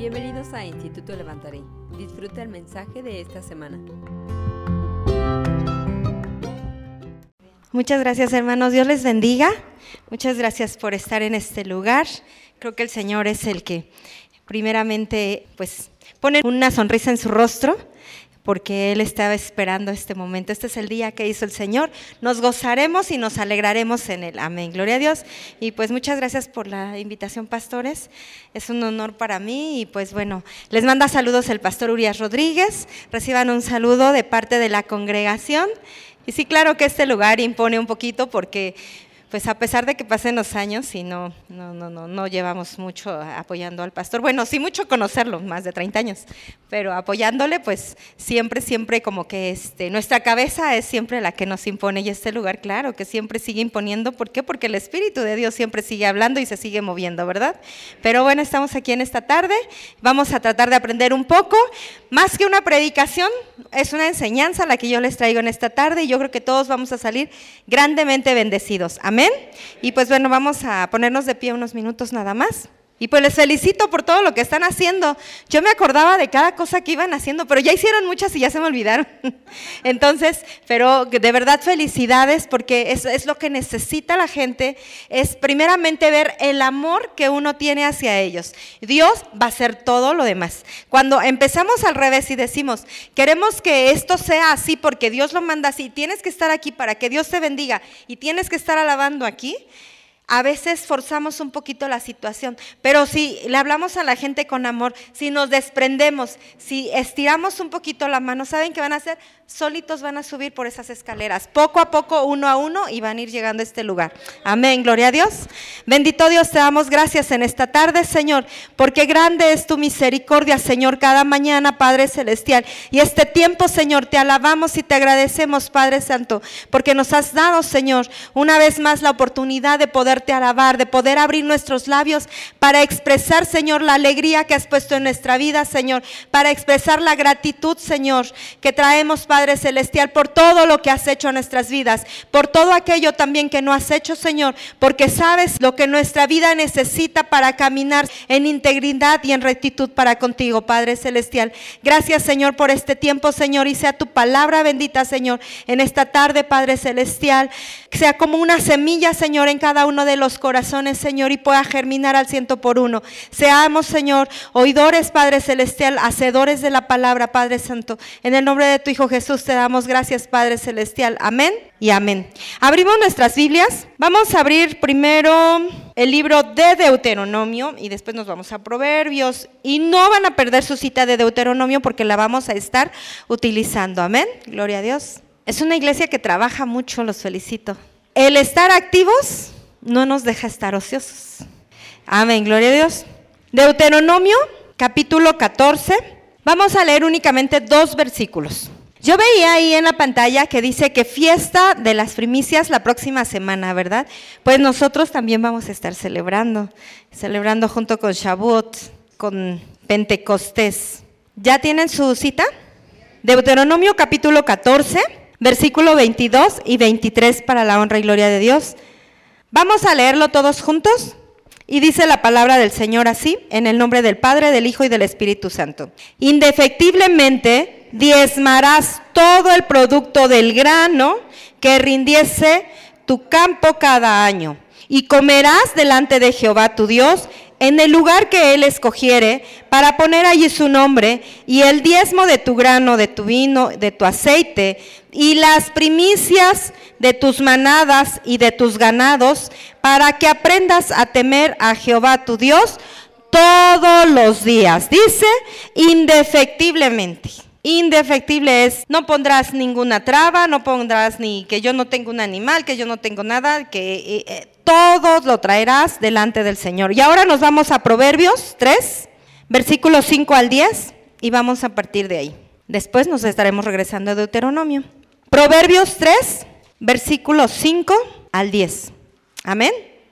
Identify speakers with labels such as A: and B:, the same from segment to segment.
A: Bienvenidos a Instituto Levantaré. Disfruta el mensaje de esta semana.
B: Muchas gracias, hermanos. Dios les bendiga. Muchas gracias por estar en este lugar. Creo que el Señor es el que primeramente pues pone una sonrisa en su rostro, porque Él estaba esperando este momento. Este es el día que hizo el Señor. Nos gozaremos y nos alegraremos en Él. Amén. Gloria a Dios. Y pues muchas gracias por la invitación, pastores. Es un honor para mí. Y pues bueno, les manda saludos el pastor Urias Rodríguez. Reciban un saludo de parte de la congregación. Y sí, claro que este lugar impone un poquito porque pues a pesar de que pasen los años y no llevamos mucho apoyando al pastor, bueno, sí mucho conocerlo, más de 30 años, pero apoyándole pues siempre como que nuestra cabeza es siempre la que nos impone y este lugar claro que siempre sigue imponiendo. ¿Por qué? Porque el Espíritu de Dios siempre sigue hablando y se sigue moviendo, ¿verdad? Pero bueno, estamos aquí en esta tarde, vamos a tratar de aprender un poco, más que una predicación, es una enseñanza la que yo les traigo en esta tarde y yo creo que todos vamos a salir grandemente bendecidos. Amén. Y pues bueno, vamos a ponernos de pie unos minutos nada más. Y pues les felicito por todo lo que están haciendo. Yo me acordaba de cada cosa que iban haciendo, pero ya hicieron muchas y ya se me olvidaron. Entonces, pero de verdad felicidades, porque es lo que necesita la gente, es primeramente ver el amor que uno tiene hacia ellos. Dios va a hacer todo lo demás. Cuando empezamos al revés y decimos, queremos que esto sea así porque Dios lo manda así, tienes que estar aquí para que Dios te bendiga y tienes que estar alabando aquí, a veces forzamos un poquito la situación, pero si le hablamos a la gente con amor, si nos desprendemos, si estiramos un poquito la mano, ¿saben qué van a hacer? Solitos van a subir por esas escaleras, poco a poco, uno a uno, y van a ir llegando a este lugar. Amén, gloria a Dios. Bendito Dios, te damos gracias en esta tarde, Señor, porque grande es tu misericordia, Señor, cada mañana, Padre Celestial. Y este tiempo, Señor, te alabamos y te agradecemos, Padre Santo, porque nos has dado, Señor, una vez más la oportunidad de poderte alabar, de poder abrir nuestros labios para expresar, Señor, la alegría que has puesto en nuestra vida, Señor, para expresar la gratitud, Señor, que traemos, Padre Celestial, por todo lo que has hecho en nuestras vidas, por todo aquello también que no has hecho, Señor, porque sabes lo que nuestra vida necesita para caminar en integridad y en rectitud para contigo, Padre Celestial. Gracias, Señor, por este tiempo, Señor, y sea tu palabra bendita, Señor, en esta tarde, Padre Celestial, que sea como una semilla, Señor, en cada uno de los corazones, Señor, y pueda germinar al 100%. Seamos, Señor, oidores, Padre Celestial, hacedores de la palabra, Padre Santo. En el nombre de tu Hijo Jesús te damos gracias, Padre Celestial. Amén y amén. Abrimos nuestras Biblias. Vamos a abrir primero el libro de Deuteronomio y después nos vamos a Proverbios. Y no van a perder su cita de Deuteronomio porque la vamos a estar utilizando. Amén. Gloria a Dios. Es una iglesia que trabaja mucho, los felicito. El estar activos no nos deja estar ociosos. Amén, gloria a Dios. Deuteronomio, capítulo 14. Vamos a leer únicamente 2 versículos. Yo veía ahí en la pantalla que dice que fiesta de las primicias la próxima semana, ¿verdad? Pues nosotros también vamos a estar celebrando junto con Shavuot, con Pentecostés. ¿Ya tienen su cita? Deuteronomio, capítulo 14, versículo 22 y 23 para la honra y gloria de Dios. Vamos a leerlo todos juntos y dice la palabra del Señor así, en el nombre del Padre, del Hijo y del Espíritu Santo. Indefectiblemente diezmarás todo el producto del grano que rindiese tu campo cada año y comerás delante de Jehová tu Dios en el lugar que Él escogiere para poner allí su nombre, y el diezmo de tu grano, de tu vino, de tu aceite, y las primicias de tus manadas y de tus ganados, para que aprendas a temer a Jehová tu Dios todos los días. Dice, indefectiblemente. Indefectible es, no pondrás ninguna traba, no pondrás ni que yo no tengo un animal, que yo no tengo nada, que todo lo traerás delante del Señor. Y ahora nos vamos a Proverbios 3, versículos 5 al 10, y vamos a partir de ahí. Después nos estaremos regresando a Deuteronomio. Proverbios 3, versículos 5 al 10. Amén.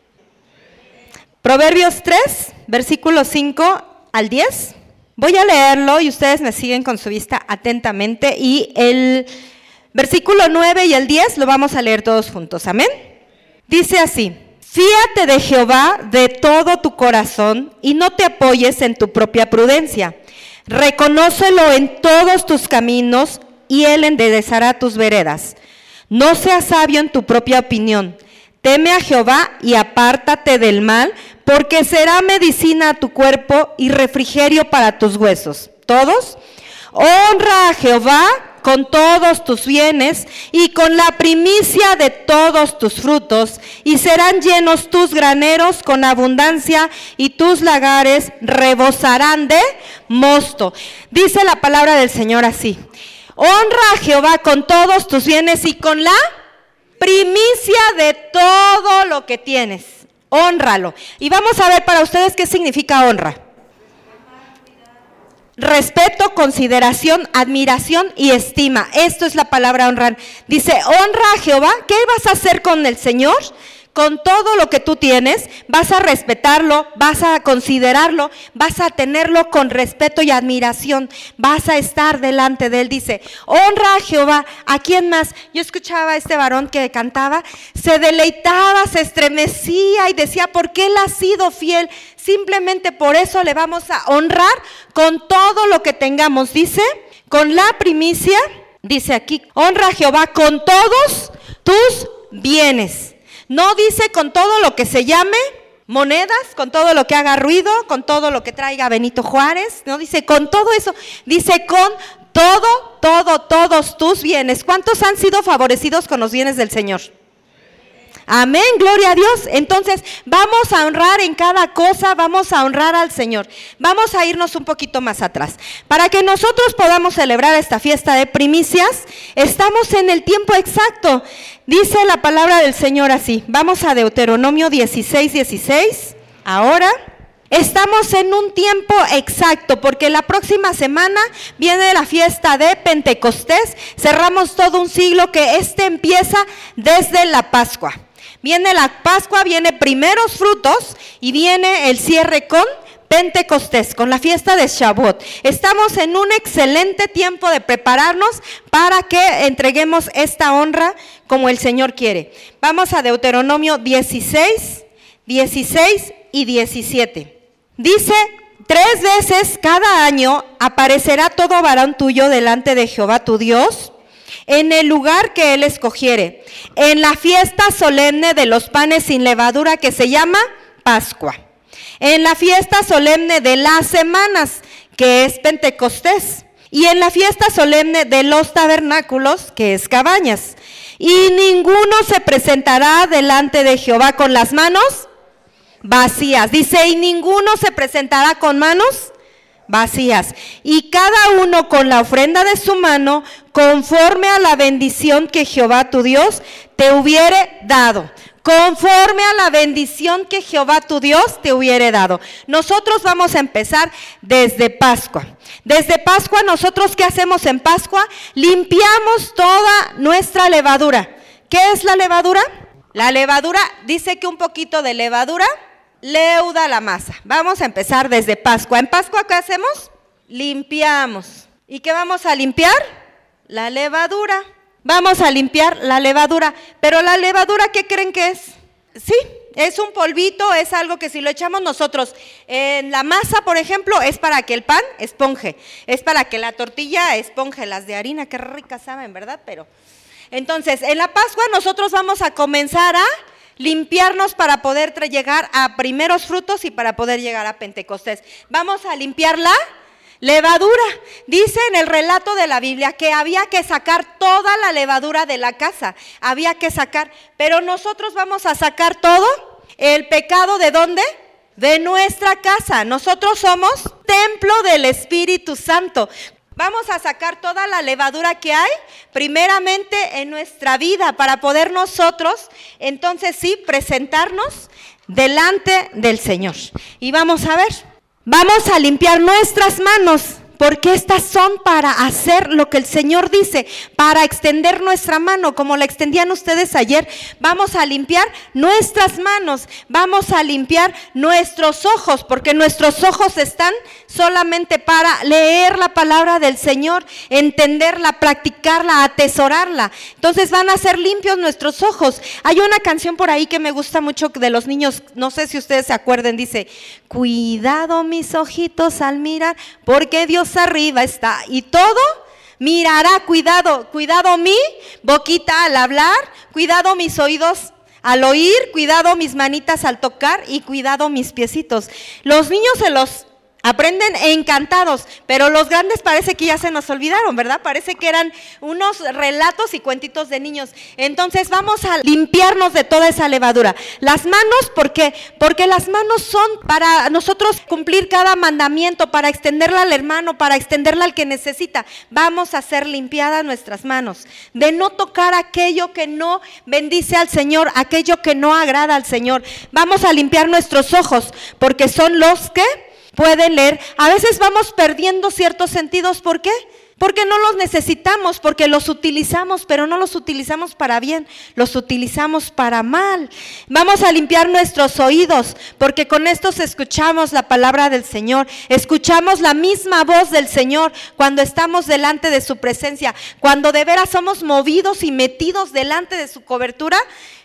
B: Proverbios 3, versículos 5 al 10. Voy a leerlo y ustedes me siguen con su vista atentamente, y el versículo 9 y el 10 lo vamos a leer todos juntos. Amén. Dice así: Fíate de Jehová de todo tu corazón y no te apoyes en tu propia prudencia. Reconócelo en todos tus caminos y Él enderezará tus veredas. No seas sabio en tu propia opinión. Teme a Jehová y apártate del mal, porque será medicina a tu cuerpo y refrigerio para tus huesos. ¿Todos? Honra a Jehová con todos tus bienes y con la primicia de todos tus frutos, y serán llenos tus graneros con abundancia y tus lagares rebosarán de mosto. Dice la palabra del Señor así: honra a Jehová con todos tus bienes y con la primicia de todo lo que tienes. Hónralo. Y vamos a ver para ustedes qué significa honra. Respeto, consideración, admiración y estima. Esto es la palabra honrar. Dice, honra a Jehová. ¿Qué vas a hacer con el Señor? Con todo lo que tú tienes, vas a respetarlo, vas a considerarlo, vas a tenerlo con respeto y admiración, vas a estar delante de Él. Dice, honra a Jehová. ¿A quién más? Yo escuchaba a este varón que cantaba, se deleitaba, se estremecía y decía, ¿por qué Él ha sido fiel? Simplemente por eso le vamos a honrar con todo lo que tengamos. Dice, con la primicia, dice aquí, honra a Jehová con todos tus bienes. No dice con todo lo que se llame monedas, con todo lo que haga ruido, con todo lo que traiga Benito Juárez. No dice con todo eso, dice con todos tus bienes. ¿Cuántos han sido favorecidos con los bienes del Señor? Amén, gloria a Dios. Entonces vamos a honrar en cada cosa, vamos a honrar al Señor. Vamos a irnos un poquito más atrás. Para que nosotros podamos celebrar esta fiesta de primicias, estamos en el tiempo exacto. Dice la palabra del Señor así. Vamos a Deuteronomio 16:16. Ahora estamos en un tiempo exacto, porque la próxima semana viene la fiesta de Pentecostés. Cerramos todo un siglo que empieza desde la Pascua. Viene la Pascua, viene primeros frutos y viene el cierre con Pentecostés, con la fiesta de Shavuot. Estamos en un excelente tiempo de prepararnos para que entreguemos esta honra como el Señor quiere. Vamos a Deuteronomio 16, 16 y 17. Dice, 3 veces cada año aparecerá todo varón tuyo delante de Jehová tu Dios, en el lugar que Él escogiere, en la fiesta solemne de los panes sin levadura que se llama Pascua, en la fiesta solemne de las semanas que es Pentecostés, y en la fiesta solemne de los tabernáculos que es Cabañas. Y ninguno se presentará delante de Jehová con las manos vacías. Dice, y ninguno se presentará con manos vacías, y cada uno con la ofrenda de su mano, conforme a la bendición que Jehová tu Dios te hubiere dado. Conforme a la bendición que Jehová tu Dios te hubiere dado. Nosotros vamos a empezar desde Pascua. Desde Pascua, nosotros ¿qué hacemos en Pascua? Limpiamos toda nuestra levadura. ¿Qué es la levadura? La levadura, dice que un poquito de levadura leuda la masa. Vamos a empezar desde Pascua. En Pascua, ¿qué hacemos? Limpiamos. ¿Y qué vamos a limpiar? La levadura. Vamos a limpiar la levadura. Pero la levadura, ¿qué creen que es? Sí, es un polvito, es algo que si lo echamos nosotros en la masa, por ejemplo, es para que el pan esponje. Es para que la tortilla esponje. Las de harina, qué ricas saben, ¿verdad? Pero entonces, en la Pascua nosotros vamos a comenzar a limpiarnos para poder llegar a primeros frutos y para poder llegar a Pentecostés. Vamos a limpiar la levadura. Dice en el relato de la Biblia que había que sacar toda la levadura de la casa. Había que sacar, pero nosotros vamos a sacar todo el pecado. ¿De dónde? De nuestra casa. Nosotros somos templo del Espíritu Santo. Vamos a sacar toda la levadura que hay, primeramente en nuestra vida, para poder nosotros, entonces sí, presentarnos delante del Señor. Y vamos a ver, vamos a limpiar nuestras manos. porque estas son para hacer lo que el Señor dice, para extender nuestra mano, como la extendían ustedes ayer. Vamos a limpiar nuestras manos, vamos a limpiar nuestros ojos, porque nuestros ojos están solamente para leer la palabra del Señor, entenderla, practicarla, atesorarla. Entonces van a ser limpios nuestros ojos. Hay una canción por ahí que me gusta mucho de los niños, no sé si ustedes se acuerden, dice: cuidado mis ojitos al mirar, porque Dios arriba está y todo mirará. Cuidado, cuidado mi boquita al hablar, cuidado mis oídos al oír, cuidado mis manitas al tocar y cuidado mis piecitos. Los niños se los aprenden encantados, pero los grandes parece que ya se nos olvidaron, ¿verdad? Parece que eran unos relatos y cuentitos de niños. Entonces vamos a limpiarnos de toda esa levadura. Las manos, ¿por qué? Porque las manos son para nosotros cumplir cada mandamiento, para extenderla al hermano, para extenderla al que necesita. Vamos a hacer limpiadas nuestras manos, de no tocar aquello que no bendice al Señor, aquello que no agrada al Señor. Vamos a limpiar nuestros ojos, porque son los que pueden leer. A veces vamos perdiendo ciertos sentidos. ¿Por qué? Porque no los necesitamos, porque los utilizamos, pero no los utilizamos para bien, los utilizamos para mal. Vamos a limpiar nuestros oídos, porque con estos escuchamos la palabra del Señor, escuchamos la misma voz del Señor cuando estamos delante de su presencia, cuando de veras somos movidos y metidos delante de su cobertura.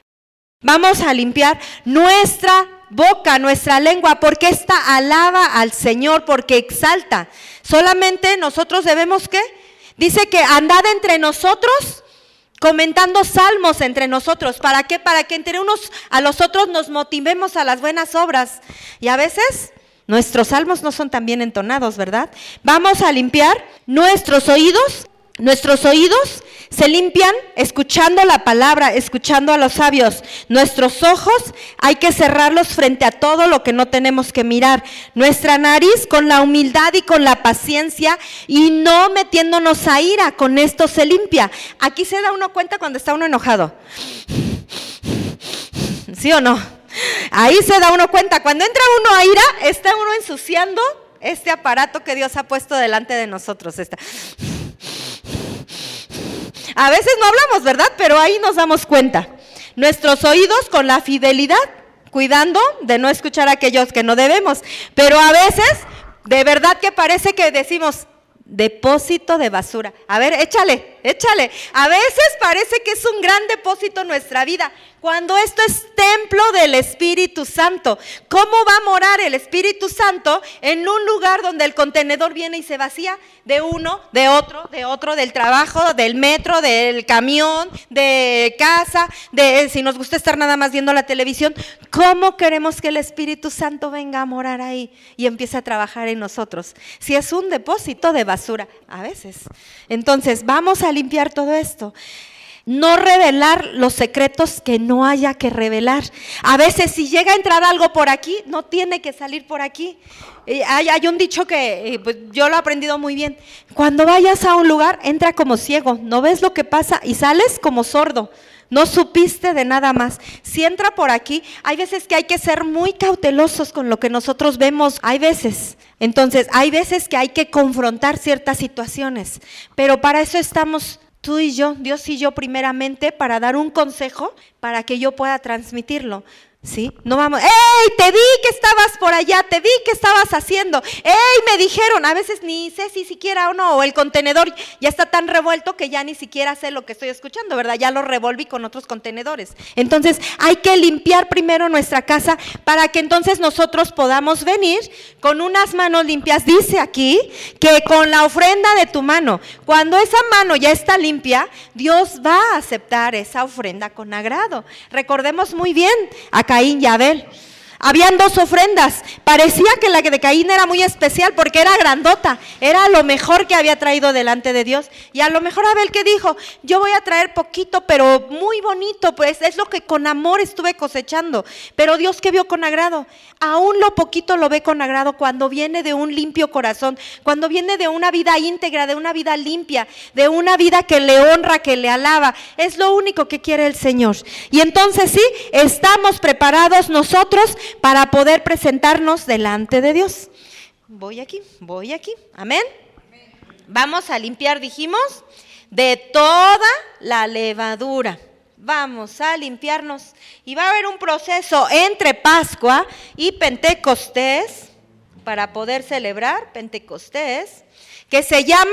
B: Vamos a limpiar nuestra boca, nuestra lengua, porque esta alaba al Señor, porque exalta. Solamente nosotros debemos, ¿qué? Dice que andad entre nosotros comentando salmos entre nosotros. ¿Para qué? Para que entre unos a los otros nos motivemos a las buenas obras. Y a veces nuestros salmos no son tan bien entonados, ¿verdad? Vamos a limpiar nuestros oídos. Nuestros oídos se limpian escuchando la palabra, escuchando a los sabios. Nuestros ojos hay que cerrarlos frente a todo lo que no tenemos que mirar. Nuestra nariz con la humildad y con la paciencia y no metiéndonos a ira, con esto se limpia. Aquí se da uno cuenta cuando está uno enojado. ¿Sí o no? Ahí se da uno cuenta. Cuando entra uno a ira, está uno ensuciando este aparato que Dios ha puesto delante de nosotros. A veces no hablamos, ¿verdad? Pero ahí nos damos cuenta. Nuestros oídos con la fidelidad, cuidando de no escuchar a aquellos que no debemos. Pero a veces, de verdad que parece que decimos: depósito de basura. A ver, échale. A veces parece que es un gran depósito en nuestra vida, cuando esto es templo del Espíritu Santo. ¿Cómo va a morar el Espíritu Santo en un lugar donde el contenedor viene y se vacía? De uno, de otro, del trabajo, del metro, del camión, de casa, si nos gusta estar nada más viendo la televisión. ¿Cómo queremos que el Espíritu Santo venga a morar ahí y empiece a trabajar en nosotros? Si es un depósito de basura, a veces. Entonces, vamos a limpiar todo esto. No revelar los secretos que no haya que revelar. A veces si llega a entrar algo por aquí, no tiene que salir por aquí. Hay un dicho que pues, yo lo he aprendido muy bien. Cuando vayas a un lugar, entra como ciego, no ves lo que pasa y sales como sordo. No supiste de nada más. Si entra por aquí, hay veces que hay que ser muy cautelosos con lo que nosotros vemos. Hay veces que hay que confrontar ciertas situaciones. Pero para eso estamos tú y yo, Dios y yo primeramente, para dar un consejo para que yo pueda transmitirlo. ¿Sí? No vamos, ¡ey! Te vi que estabas por allá, te vi que estabas haciendo, ¡ey! Me dijeron, a veces ni sé si siquiera o no, o el contenedor ya está tan revuelto que ya ni siquiera sé lo que estoy escuchando, ¿verdad? Ya lo revolví con otros contenedores. Entonces hay que limpiar primero nuestra casa para que entonces nosotros podamos venir con unas manos limpias. Dice aquí que con la ofrenda de tu mano, cuando esa mano ya está limpia, Dios va a aceptar esa ofrenda con agrado. Recordemos muy bien a Caín y Abel. Habían dos ofrendas. Parecía que la de Caín era muy especial porque era grandota, era lo mejor que había traído delante de Dios. Y a lo mejor Abel, ¿qué dijo? Yo voy a traer poquito, pero muy bonito, pues es lo que con amor estuve cosechando. Pero Dios, ¿qué vio con agrado? Aún lo poquito lo ve con agrado cuando viene de un limpio corazón, cuando viene de una vida íntegra, de una vida limpia, de una vida que le honra, que le alaba. Es lo único que quiere el Señor. Y entonces sí, estamos preparados nosotros para poder presentarnos delante de Dios. Voy aquí, amén. Vamos a limpiar, dijimos, de toda la levadura. Vamos a limpiarnos y va a haber un proceso entre Pascua y Pentecostés para poder celebrar Pentecostés que se llama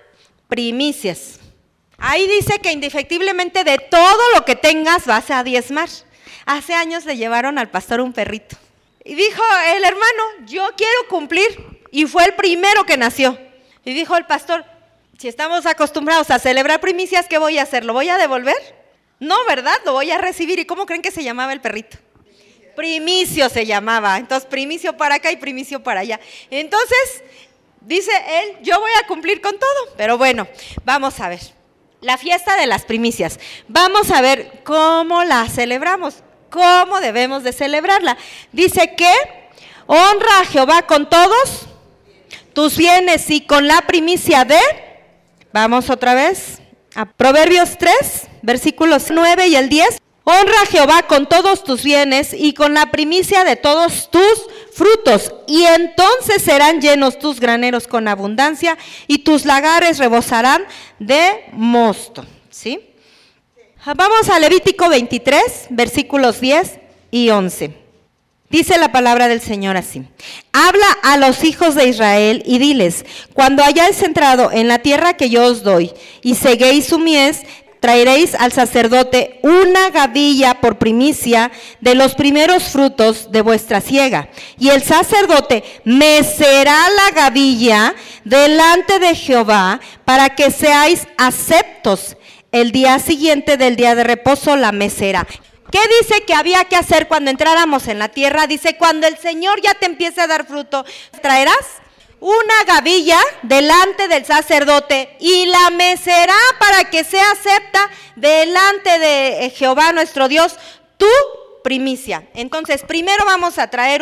B: primicias. Ahí dice que indefectiblemente de todo lo que tengas vas a diezmar. Hace años le llevaron al pastor un perrito y dijo el hermano, yo quiero cumplir, y fue el primero que nació. Y dijo el pastor, si estamos acostumbrados a celebrar primicias, ¿qué voy a hacer? ¿Lo voy a devolver? No, ¿verdad? Lo voy a recibir. ¿Y cómo creen que se llamaba el perrito? Primicio se llamaba. Entonces, primicio para acá y primicio para allá. Entonces, dice él, yo voy a cumplir con todo. Pero bueno, vamos a ver. La fiesta de las primicias. Vamos a ver cómo la celebramos, cómo debemos de celebrarla. Dice que honra a Jehová con todos tus bienes y con la primicia de, vamos otra vez, a Proverbios 3, versículos 9 y el 10. Honra a Jehová con todos tus bienes y con la primicia de todos tus frutos, y entonces serán llenos tus graneros con abundancia y tus lagares rebosarán de mosto. ¿Sí? Vamos a Levítico 23, versículos 10 y 11. Dice la palabra del Señor así: habla a los hijos de Israel y diles, cuando hayáis entrado en la tierra que yo os doy y seguéis su mies, traeréis al sacerdote una gavilla por primicia de los primeros frutos de vuestra siega, y el sacerdote mecerá la gavilla delante de Jehová para que seáis aceptos. El día siguiente del día de reposo la mecerá. ¿Qué dice que había que hacer cuando entráramos en la tierra? Dice, cuando el Señor ya te empiece a dar fruto, traerás una gavilla delante del sacerdote y la mecerá para que sea acepta delante de Jehová nuestro Dios tu primicia. Entonces, primero vamos a traer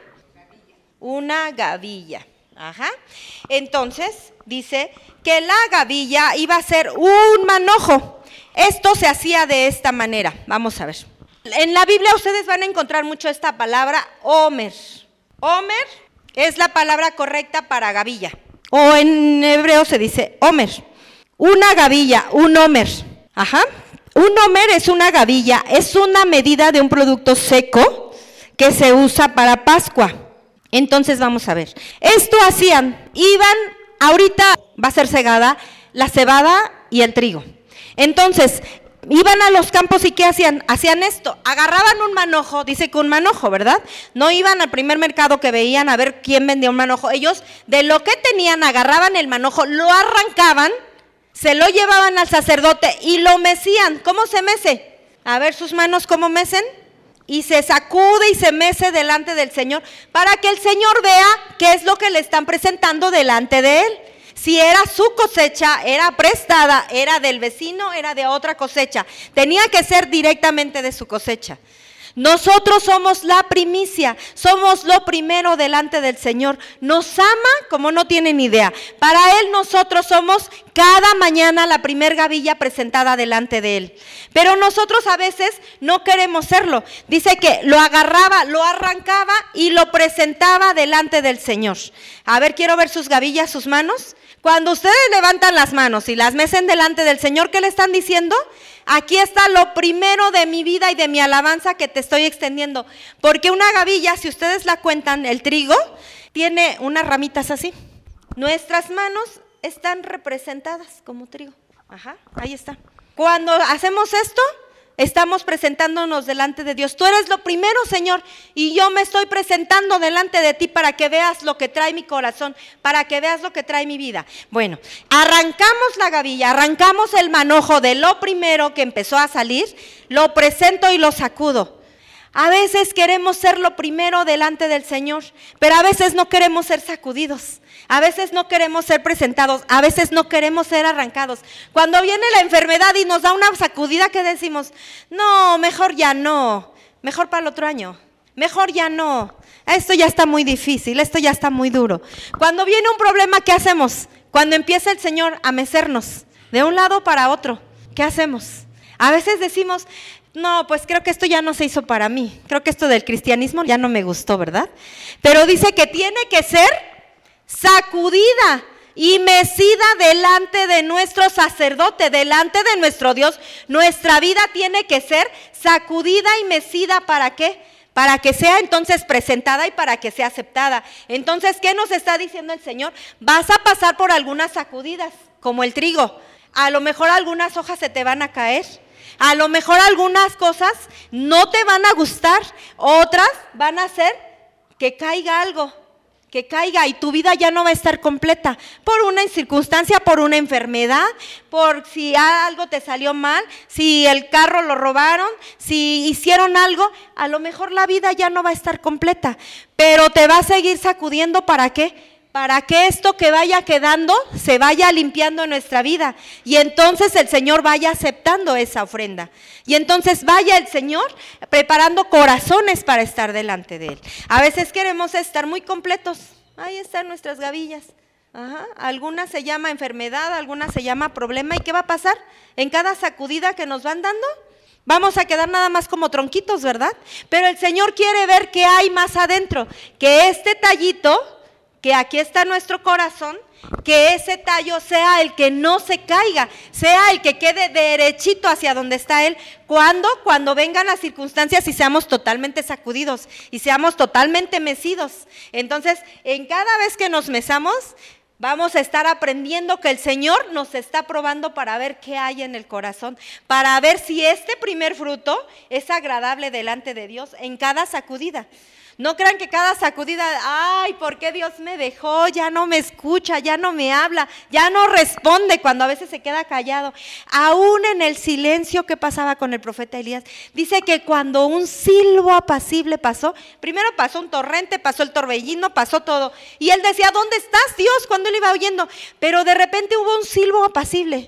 B: una gavilla. Ajá. Entonces, dice que la gavilla iba a ser un manojo. Esto se hacía de esta manera. Vamos a ver. En la Biblia ustedes van a encontrar mucho esta palabra Omer. Omer es la palabra correcta para gavilla. O en hebreo se dice Omer. Una gavilla, un Omer. Ajá. Un Omer es una gavilla, es una medida de un producto seco que se usa para Pascua. Entonces vamos a ver. Esto hacían, ahorita va a ser segada la cebada y el trigo. Entonces, iban a los campos y ¿qué hacían? Hacían esto, agarraban un manojo, dice que un manojo, ¿verdad? No iban al primer mercado que veían a ver quién vendía un manojo. Ellos, de lo que tenían, agarraban el manojo, lo arrancaban, se lo llevaban al sacerdote y lo mecían. ¿Cómo se mece? A ver sus manos, ¿cómo mecen? Y se sacude y se mece delante del Señor para que el Señor vea qué es lo que le están presentando delante de él. Si era su cosecha, era prestada, era del vecino, era de otra cosecha. Tenía que ser directamente de su cosecha. Nosotros somos la primicia, somos lo primero delante del Señor. Nos ama como no tienen idea. Para Él nosotros somos cada mañana la primer gavilla presentada delante de Él. Pero nosotros a veces no queremos serlo. Dice que lo agarraba, lo arrancaba y lo presentaba delante del Señor. A ver, quiero ver sus gavillas, sus manos. Cuando ustedes levantan las manos y las mecen delante del Señor, ¿qué le están diciendo? Aquí está lo primero de mi vida y de mi alabanza que te estoy extendiendo. Porque una gavilla, si ustedes la cuentan, el trigo, tiene unas ramitas así. Nuestras manos están representadas como trigo. Ajá, ahí está. Cuando hacemos esto, estamos presentándonos delante de Dios. Tú eres lo primero, Señor, y yo me estoy presentando delante de ti para que veas lo que trae mi corazón, para que veas lo que trae mi vida. Bueno, arrancamos la gavilla, arrancamos el manojo de lo primero que empezó a salir, lo presento y lo sacudo. A veces queremos ser lo primero delante del Señor, pero a veces no queremos ser sacudidos. A veces no queremos ser presentados, a veces no queremos ser arrancados. Cuando viene la enfermedad y nos da una sacudida, ¿qué decimos? No, mejor ya no, mejor para el otro año, mejor ya no. Esto ya está muy difícil, esto ya está muy duro. Cuando viene un problema, ¿qué hacemos? Cuando empieza el Señor a mecernos de un lado para otro, ¿qué hacemos? A veces decimos, no, pues creo que esto ya no se hizo para mí, creo que esto del cristianismo ya no me gustó, ¿verdad? Pero dice que tiene que ser sacudida y mecida delante de nuestro sacerdote, delante de nuestro Dios. Nuestra vida tiene que ser sacudida y mecida, ¿para qué? Para que sea entonces presentada y para que sea aceptada. Entonces, ¿qué nos está diciendo el Señor? Vas a pasar por algunas sacudidas, como el trigo. A lo mejor algunas hojas se te van a caer. A lo mejor algunas cosas no te van a gustar. Otras van a hacer que caiga algo. Que caiga y tu vida ya no va a estar completa por una circunstancia, por una enfermedad, por si algo te salió mal, si el carro lo robaron, si hicieron algo, a lo mejor la vida ya no va a estar completa, pero te va a seguir sacudiendo. ¿Para qué? Para que esto que vaya quedando se vaya limpiando en nuestra vida y entonces el Señor vaya aceptando esa ofrenda. Y entonces vaya el Señor preparando corazones para estar delante de Él. A veces queremos estar muy completos. Ahí están nuestras gavillas. Algunas se llama enfermedad, algunas se llama problema. ¿Y qué va a pasar? En cada sacudida que nos van dando, vamos a quedar nada más como tronquitos, ¿verdad? Pero el Señor quiere ver qué hay más adentro. Que este tallito, que aquí está nuestro corazón, que ese tallo sea el que no se caiga, sea el que quede derechito hacia donde está Él. Cuando vengan las circunstancias y seamos totalmente sacudidos y seamos totalmente mecidos. Entonces, en cada vez que nos mesamos, vamos a estar aprendiendo que el Señor nos está probando para ver qué hay en el corazón, para ver si este primer fruto es agradable delante de Dios en cada sacudida. No crean que cada sacudida, ay, ¿por qué Dios me dejó? Ya no me escucha, ya no me habla, ya no responde, cuando a veces se queda callado. Aún en el silencio que pasaba con el profeta Elías, dice que cuando un silbo apacible pasó, primero pasó un torrente, pasó el torbellino, pasó todo. Y él decía, ¿dónde estás, Dios? Cuando él iba oyendo. Pero de repente hubo un silbo apacible.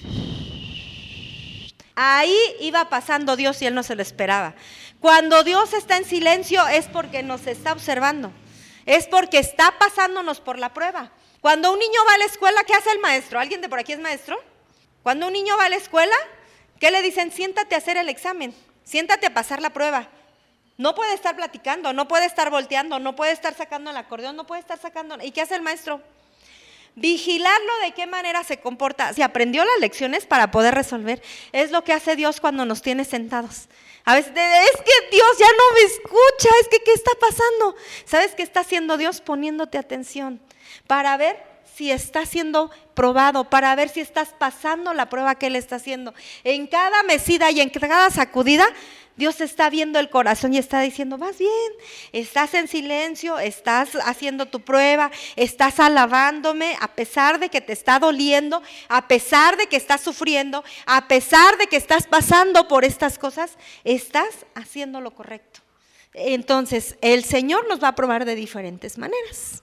B: Ahí iba pasando Dios y él no se lo esperaba. Cuando Dios está en silencio es porque nos está observando, es porque está pasándonos por la prueba. Cuando un niño va a la escuela, ¿qué hace el maestro? ¿Alguien de por aquí es maestro? Cuando un niño va a la escuela, ¿qué le dicen? Siéntate a hacer el examen, siéntate a pasar la prueba. No puede estar platicando, no puede estar volteando, no puede estar sacando el acordeón, no puede estar sacando. ¿Y qué hace el maestro? Vigilarlo de qué manera se comporta. Si aprendió las lecciones para poder resolver. Es lo que hace Dios cuando nos tiene sentados. A veces, es que Dios ya no me escucha, es que ¿qué está pasando? ¿Sabes qué está haciendo Dios? Poniéndote atención para ver si está siendo probado, para ver si estás pasando la prueba que Él está haciendo. En cada mecida y en cada sacudida, Dios está viendo el corazón y está diciendo, vas bien, estás en silencio, estás haciendo tu prueba, estás alabándome a pesar de que te está doliendo, a pesar de que estás sufriendo, a pesar de que estás pasando por estas cosas, estás haciendo lo correcto. Entonces, el Señor nos va a probar de diferentes maneras.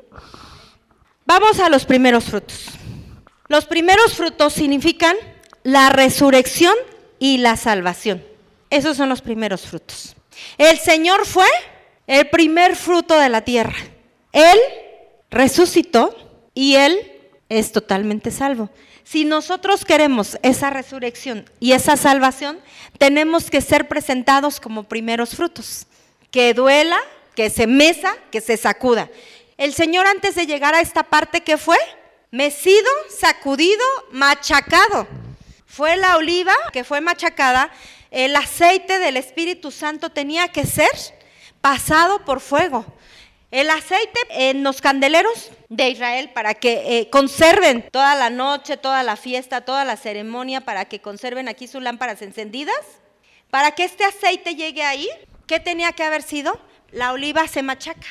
B: Vamos a los primeros frutos. Los primeros frutos significan la resurrección y la salvación. Esos son los primeros frutos. El Señor fue el primer fruto de la tierra. Él resucitó y Él es totalmente salvo. Si nosotros queremos esa resurrección y esa salvación, tenemos que ser presentados como primeros frutos. Que duela, que se mesa, que se sacuda. El Señor, antes de llegar a esta parte, ¿qué fue? Mecido, sacudido, machacado. Fue la oliva que fue machacada. El aceite del Espíritu Santo tenía que ser pasado por fuego. El aceite en los candeleros de Israel para que conserven toda la noche, toda la fiesta, toda la ceremonia, para que conserven aquí sus lámparas encendidas. Para que este aceite llegue ahí, ¿qué tenía que haber sido? La oliva se machaca,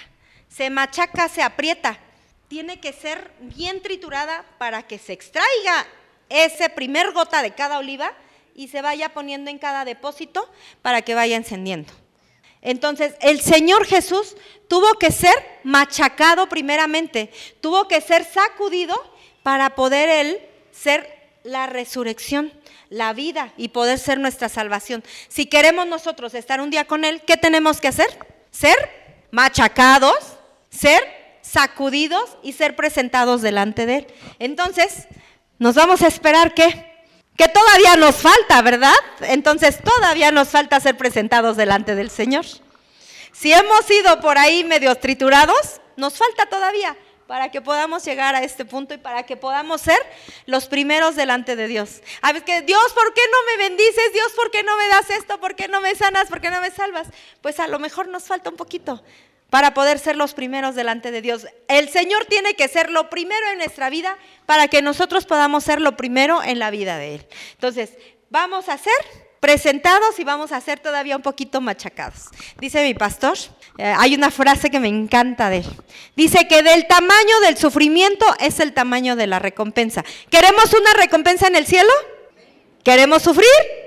B: se aprieta. Tiene que ser bien triturada para que se extraiga ese primer gota de cada oliva y se vaya poniendo en cada depósito para que vaya encendiendo. Entonces, el Señor Jesús tuvo que ser machacado primeramente, tuvo que ser sacudido para poder Él ser la resurrección, la vida y poder ser nuestra salvación. Si queremos nosotros estar un día con Él, ¿qué tenemos que hacer? Ser machacados, ser sacudidos y ser presentados delante de Él. Entonces, nos vamos a esperar que todavía nos falta, ¿verdad? Entonces todavía nos falta ser presentados delante del Señor. Si hemos sido por ahí medio triturados, nos falta todavía, para que podamos llegar a este punto y para que podamos ser los primeros delante de Dios. A veces que Dios, ¿por qué no me bendices? Dios, ¿por qué no me das esto? ¿Por qué no me sanas? ¿Por qué no me salvas? Pues a lo mejor nos falta un poquito para poder ser los primeros delante de Dios. El Señor tiene que ser lo primero en nuestra vida para que nosotros podamos ser lo primero en la vida de Él. Entonces, vamos a ser presentados y vamos a ser todavía un poquito machacados. Dice mi pastor, hay una frase que me encanta de él. Dice que del tamaño del sufrimiento es el tamaño de la recompensa. ¿Queremos una recompensa en el cielo? ¿Queremos sufrir?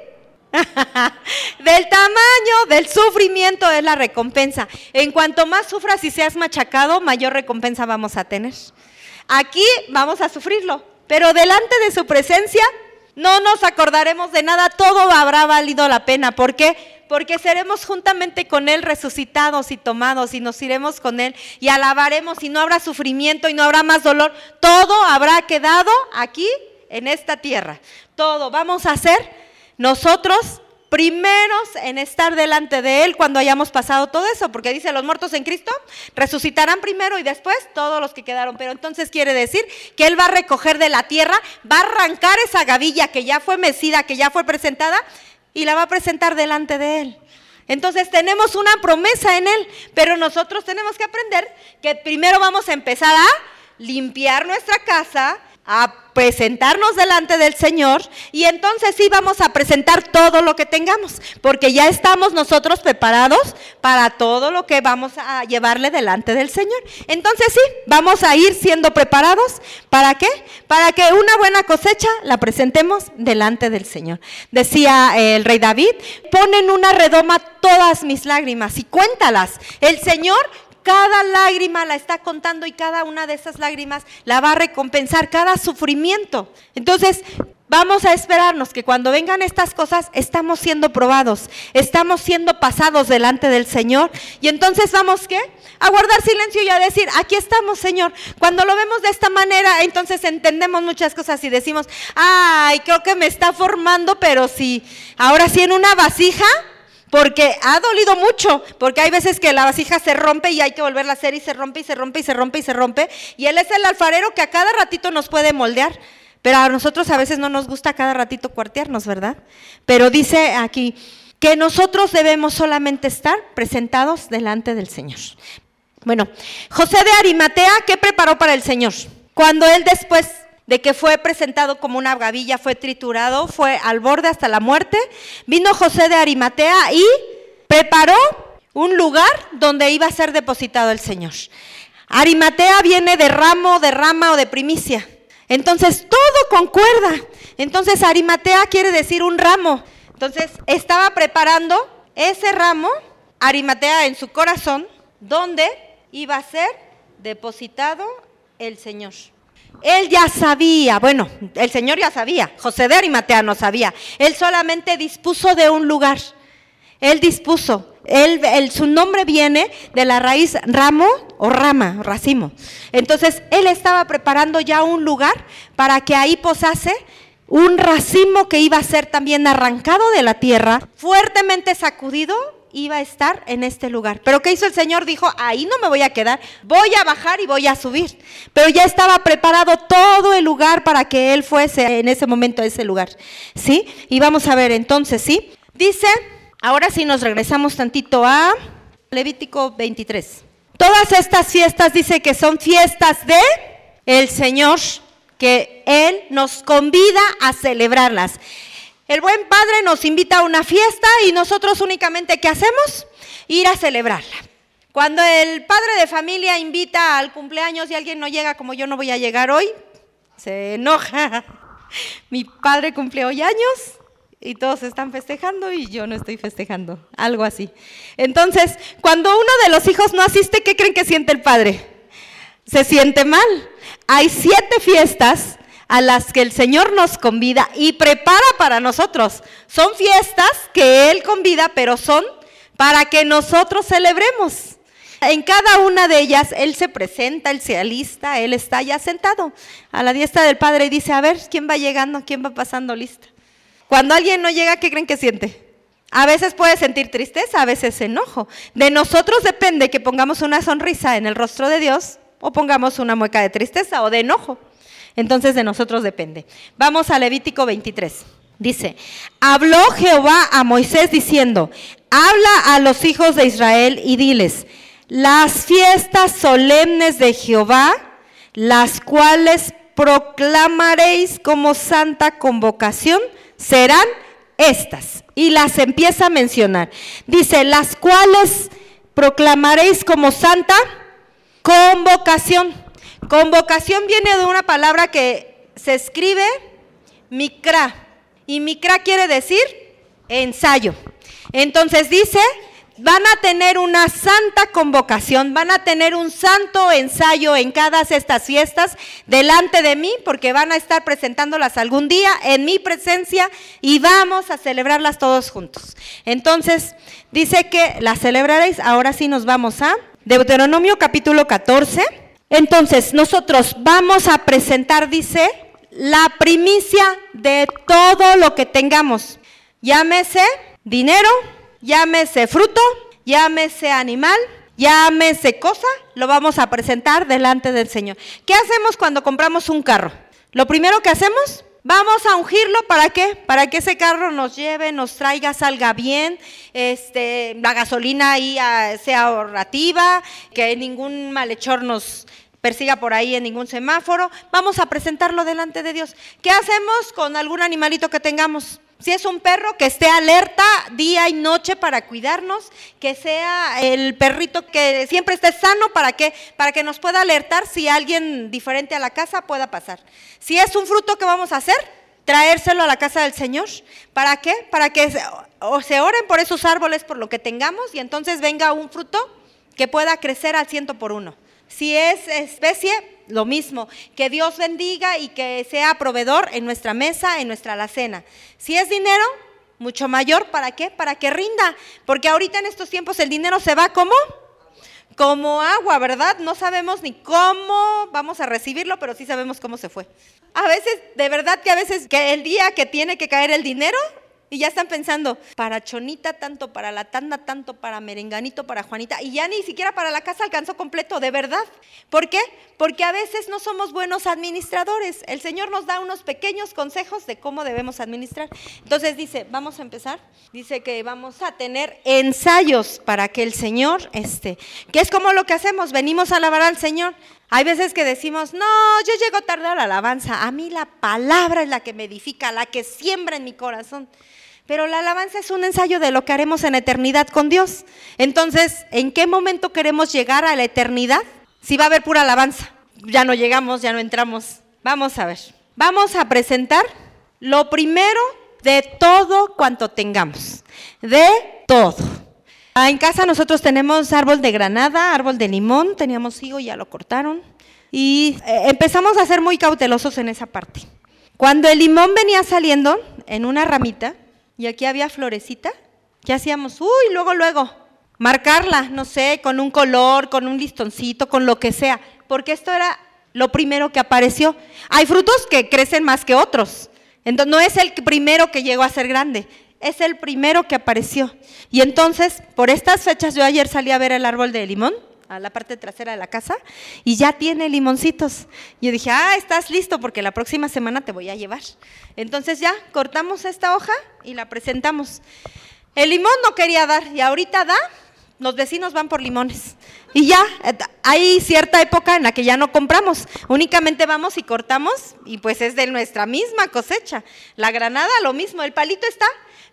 B: Del tamaño del sufrimiento es la recompensa. En cuanto más sufras y seas machacado, mayor recompensa vamos a tener. Aquí vamos a sufrirlo, pero delante de su presencia no nos acordaremos de nada, todo habrá valido la pena. ¿Por qué? Porque seremos juntamente con Él resucitados y tomados y nos iremos con Él y alabaremos y no habrá sufrimiento y no habrá más dolor. Todo habrá quedado aquí en esta tierra. Todo vamos a ser nosotros primeros en estar delante de Él cuando hayamos pasado todo eso, porque dice, los muertos en Cristo resucitarán primero y después todos los que quedaron. Pero entonces quiere decir que Él va a recoger de la tierra, va a arrancar esa gavilla que ya fue mecida, que ya fue presentada, y la va a presentar delante de Él. Entonces tenemos una promesa en Él, pero nosotros tenemos que aprender que primero vamos a empezar a limpiar nuestra casa, a presentarnos delante del Señor, y entonces sí vamos a presentar todo lo que tengamos, porque ya estamos nosotros preparados para todo lo que vamos a llevarle delante del Señor. Entonces sí, vamos a ir siendo preparados. ¿Para qué? Para que una buena cosecha la presentemos delante del Señor. Decía el rey David, pon en una redoma todas mis lágrimas y cuéntalas. El Señor cada lágrima la está contando y cada una de esas lágrimas la va a recompensar, cada sufrimiento. Entonces, vamos a esperarnos que cuando vengan estas cosas, estamos siendo probados, estamos siendo pasados delante del Señor. Y entonces vamos, ¿qué? A guardar silencio y a decir, aquí estamos, Señor. Cuando lo vemos de esta manera, entonces entendemos muchas cosas y decimos, ay, creo que me está formando, pero sí, ahora sí en una vasija. Porque ha dolido mucho, porque hay veces que la vasija se rompe y hay que volverla a hacer y se rompe y se rompe y se rompe y se rompe. Y Él es el alfarero que a cada ratito nos puede moldear, pero a nosotros a veces no nos gusta a cada ratito cuartearnos, ¿verdad? Pero dice aquí que nosotros debemos solamente estar presentados delante del Señor. Bueno, José de Arimatea, ¿qué preparó para el Señor? Cuando Él después de que fue presentado como una gavilla, fue triturado, fue al borde hasta la muerte, vino José de Arimatea y preparó un lugar donde iba a ser depositado el Señor. Arimatea viene de ramo, de rama o de primicia. Entonces todo concuerda. Entonces Arimatea quiere decir un ramo. Entonces estaba preparando ese ramo, Arimatea en su corazón, donde iba a ser depositado el Señor. Él ya sabía, bueno, el Señor ya sabía, José de Arimatea no sabía, Él solamente dispuso de un lugar, Él dispuso, su nombre viene de la raíz ramo o rama, racimo. Entonces Él estaba preparando ya un lugar para que ahí posase un racimo que iba a ser también arrancado de la tierra, fuertemente sacudido, iba a estar en este lugar. Pero ¿qué hizo el Señor? Dijo, ahí no me voy a quedar, voy a bajar y voy a subir. Pero ya estaba preparado todo el lugar para que Él fuese en ese momento a ese lugar, ¿sí? Y vamos a ver entonces, ¿sí? Dice, ahora sí nos regresamos tantito a Levítico 23. Todas estas fiestas dice que son fiestas de el Señor, que Él nos convida a celebrarlas. El buen Padre nos invita a una fiesta y nosotros únicamente, ¿qué hacemos? Ir a celebrarla. Cuando el padre de familia invita al cumpleaños y alguien no llega, como yo no voy a llegar hoy, se enoja. Mi padre cumple hoy años y todos están festejando y yo no estoy festejando, algo así. Entonces, cuando uno de los hijos no asiste, ¿qué creen que siente el padre? Se siente mal. Hay 7 fiestas a las que el Señor nos convida y prepara para nosotros. Son fiestas que Él convida, pero son para que nosotros celebremos. En cada una de ellas Él se presenta, Él se alista, Él está ya sentado a la diestra del Padre y dice, a ver, ¿quién va llegando? ¿Quién va pasando lista? Cuando alguien no llega, ¿qué creen que siente? A veces puede sentir tristeza, a veces enojo. De nosotros depende que pongamos una sonrisa en el rostro de Dios o pongamos una mueca de tristeza o de enojo. Entonces de nosotros depende. Vamos a Levítico 23. Dice, habló Jehová a Moisés diciendo, habla a los hijos de Israel y diles, las fiestas solemnes de Jehová, las cuales proclamaréis como santa convocación, serán estas. Y las empieza a mencionar. Dice, las cuales proclamaréis como santa convocación. Convocación viene de una palabra que se escribe mikra. Y mikra quiere decir ensayo. Entonces dice, van a tener una santa convocación, van a tener un santo ensayo en cada estas fiestas delante de mí, porque van a estar presentándolas algún día en mi presencia y vamos a celebrarlas todos juntos. Entonces dice que las celebraréis. Ahora sí nos vamos a Deuteronomio capítulo 14. Entonces nosotros vamos a presentar, dice, la primicia de todo lo que tengamos, llámese dinero, llámese fruto, llámese animal, llámese cosa, lo vamos a presentar delante del Señor. ¿Qué hacemos cuando compramos un carro? Lo primero que hacemos, vamos a ungirlo. ¿Para qué? Para que ese carro nos lleve, nos traiga, salga bien, la gasolina ahí sea ahorrativa, que ningún malhechor nos persiga por ahí en ningún semáforo. Vamos a presentarlo delante de Dios. ¿Qué hacemos con algún animalito que tengamos? Si es un perro, que esté alerta día y noche para cuidarnos, que sea el perrito que siempre esté sano, ¿para qué? Para que nos pueda alertar si alguien diferente a la casa pueda pasar. Si es un fruto, ¿qué vamos a hacer? Traérselo a la casa del Señor. ¿Para qué? Para que se oren por esos árboles, por lo que tengamos, y entonces venga un fruto que pueda crecer al 100 por 1. Si es especie, lo mismo, que Dios bendiga y que sea proveedor en nuestra mesa, en nuestra alacena. Si es dinero, mucho mayor. ¿Para qué? Para que rinda, porque ahorita en estos tiempos el dinero se va como agua, ¿verdad? No sabemos ni cómo vamos a recibirlo, pero sí sabemos cómo se fue. A veces, de verdad que a veces que el día que tiene que caer el dinero, y ya están pensando, para Chonita tanto, para la tanda tanto, para Merenganito, para Juanita, y ya ni siquiera para la casa alcanzó completo, de verdad. ¿Por qué? Porque a veces no somos buenos administradores. El Señor nos da unos pequeños consejos de cómo debemos administrar. Entonces dice, vamos a empezar, dice que vamos a tener ensayos para que el Señor que es como lo que hacemos, venimos a alabar al Señor. Hay veces que decimos, no, yo llego tarde a la alabanza, a mí la palabra es la que me edifica, la que siembra en mi corazón. Pero la alabanza es un ensayo de lo que haremos en eternidad con Dios. Entonces, ¿en qué momento queremos llegar a la eternidad? Si va a haber pura alabanza, ya no llegamos, ya no entramos. Vamos a ver, vamos a presentar lo primero de todo cuanto tengamos, de todo. En casa nosotros tenemos árbol de granada, árbol de limón, teníamos higo y ya lo cortaron. Y empezamos a ser muy cautelosos en esa parte. Cuando el limón venía saliendo en una ramita, y aquí había florecita, ¿qué hacíamos? Luego, marcarla, no sé, con un color, con un listoncito, con lo que sea, porque esto era lo primero que apareció. Hay frutos que crecen más que otros, entonces no es el primero que llegó a ser grande, es el primero que apareció. Y entonces, por estas fechas, yo ayer salí a ver el árbol de limón, a la parte trasera de la casa, y ya tiene limoncitos. Yo dije, estás listo porque la próxima semana te voy a llevar. Entonces ya cortamos esta hoja y la presentamos. El limón no quería dar y ahorita da, los vecinos van por limones. Y ya hay cierta época en la que ya no compramos, únicamente vamos y cortamos y pues es de nuestra misma cosecha. La granada lo mismo, el palito está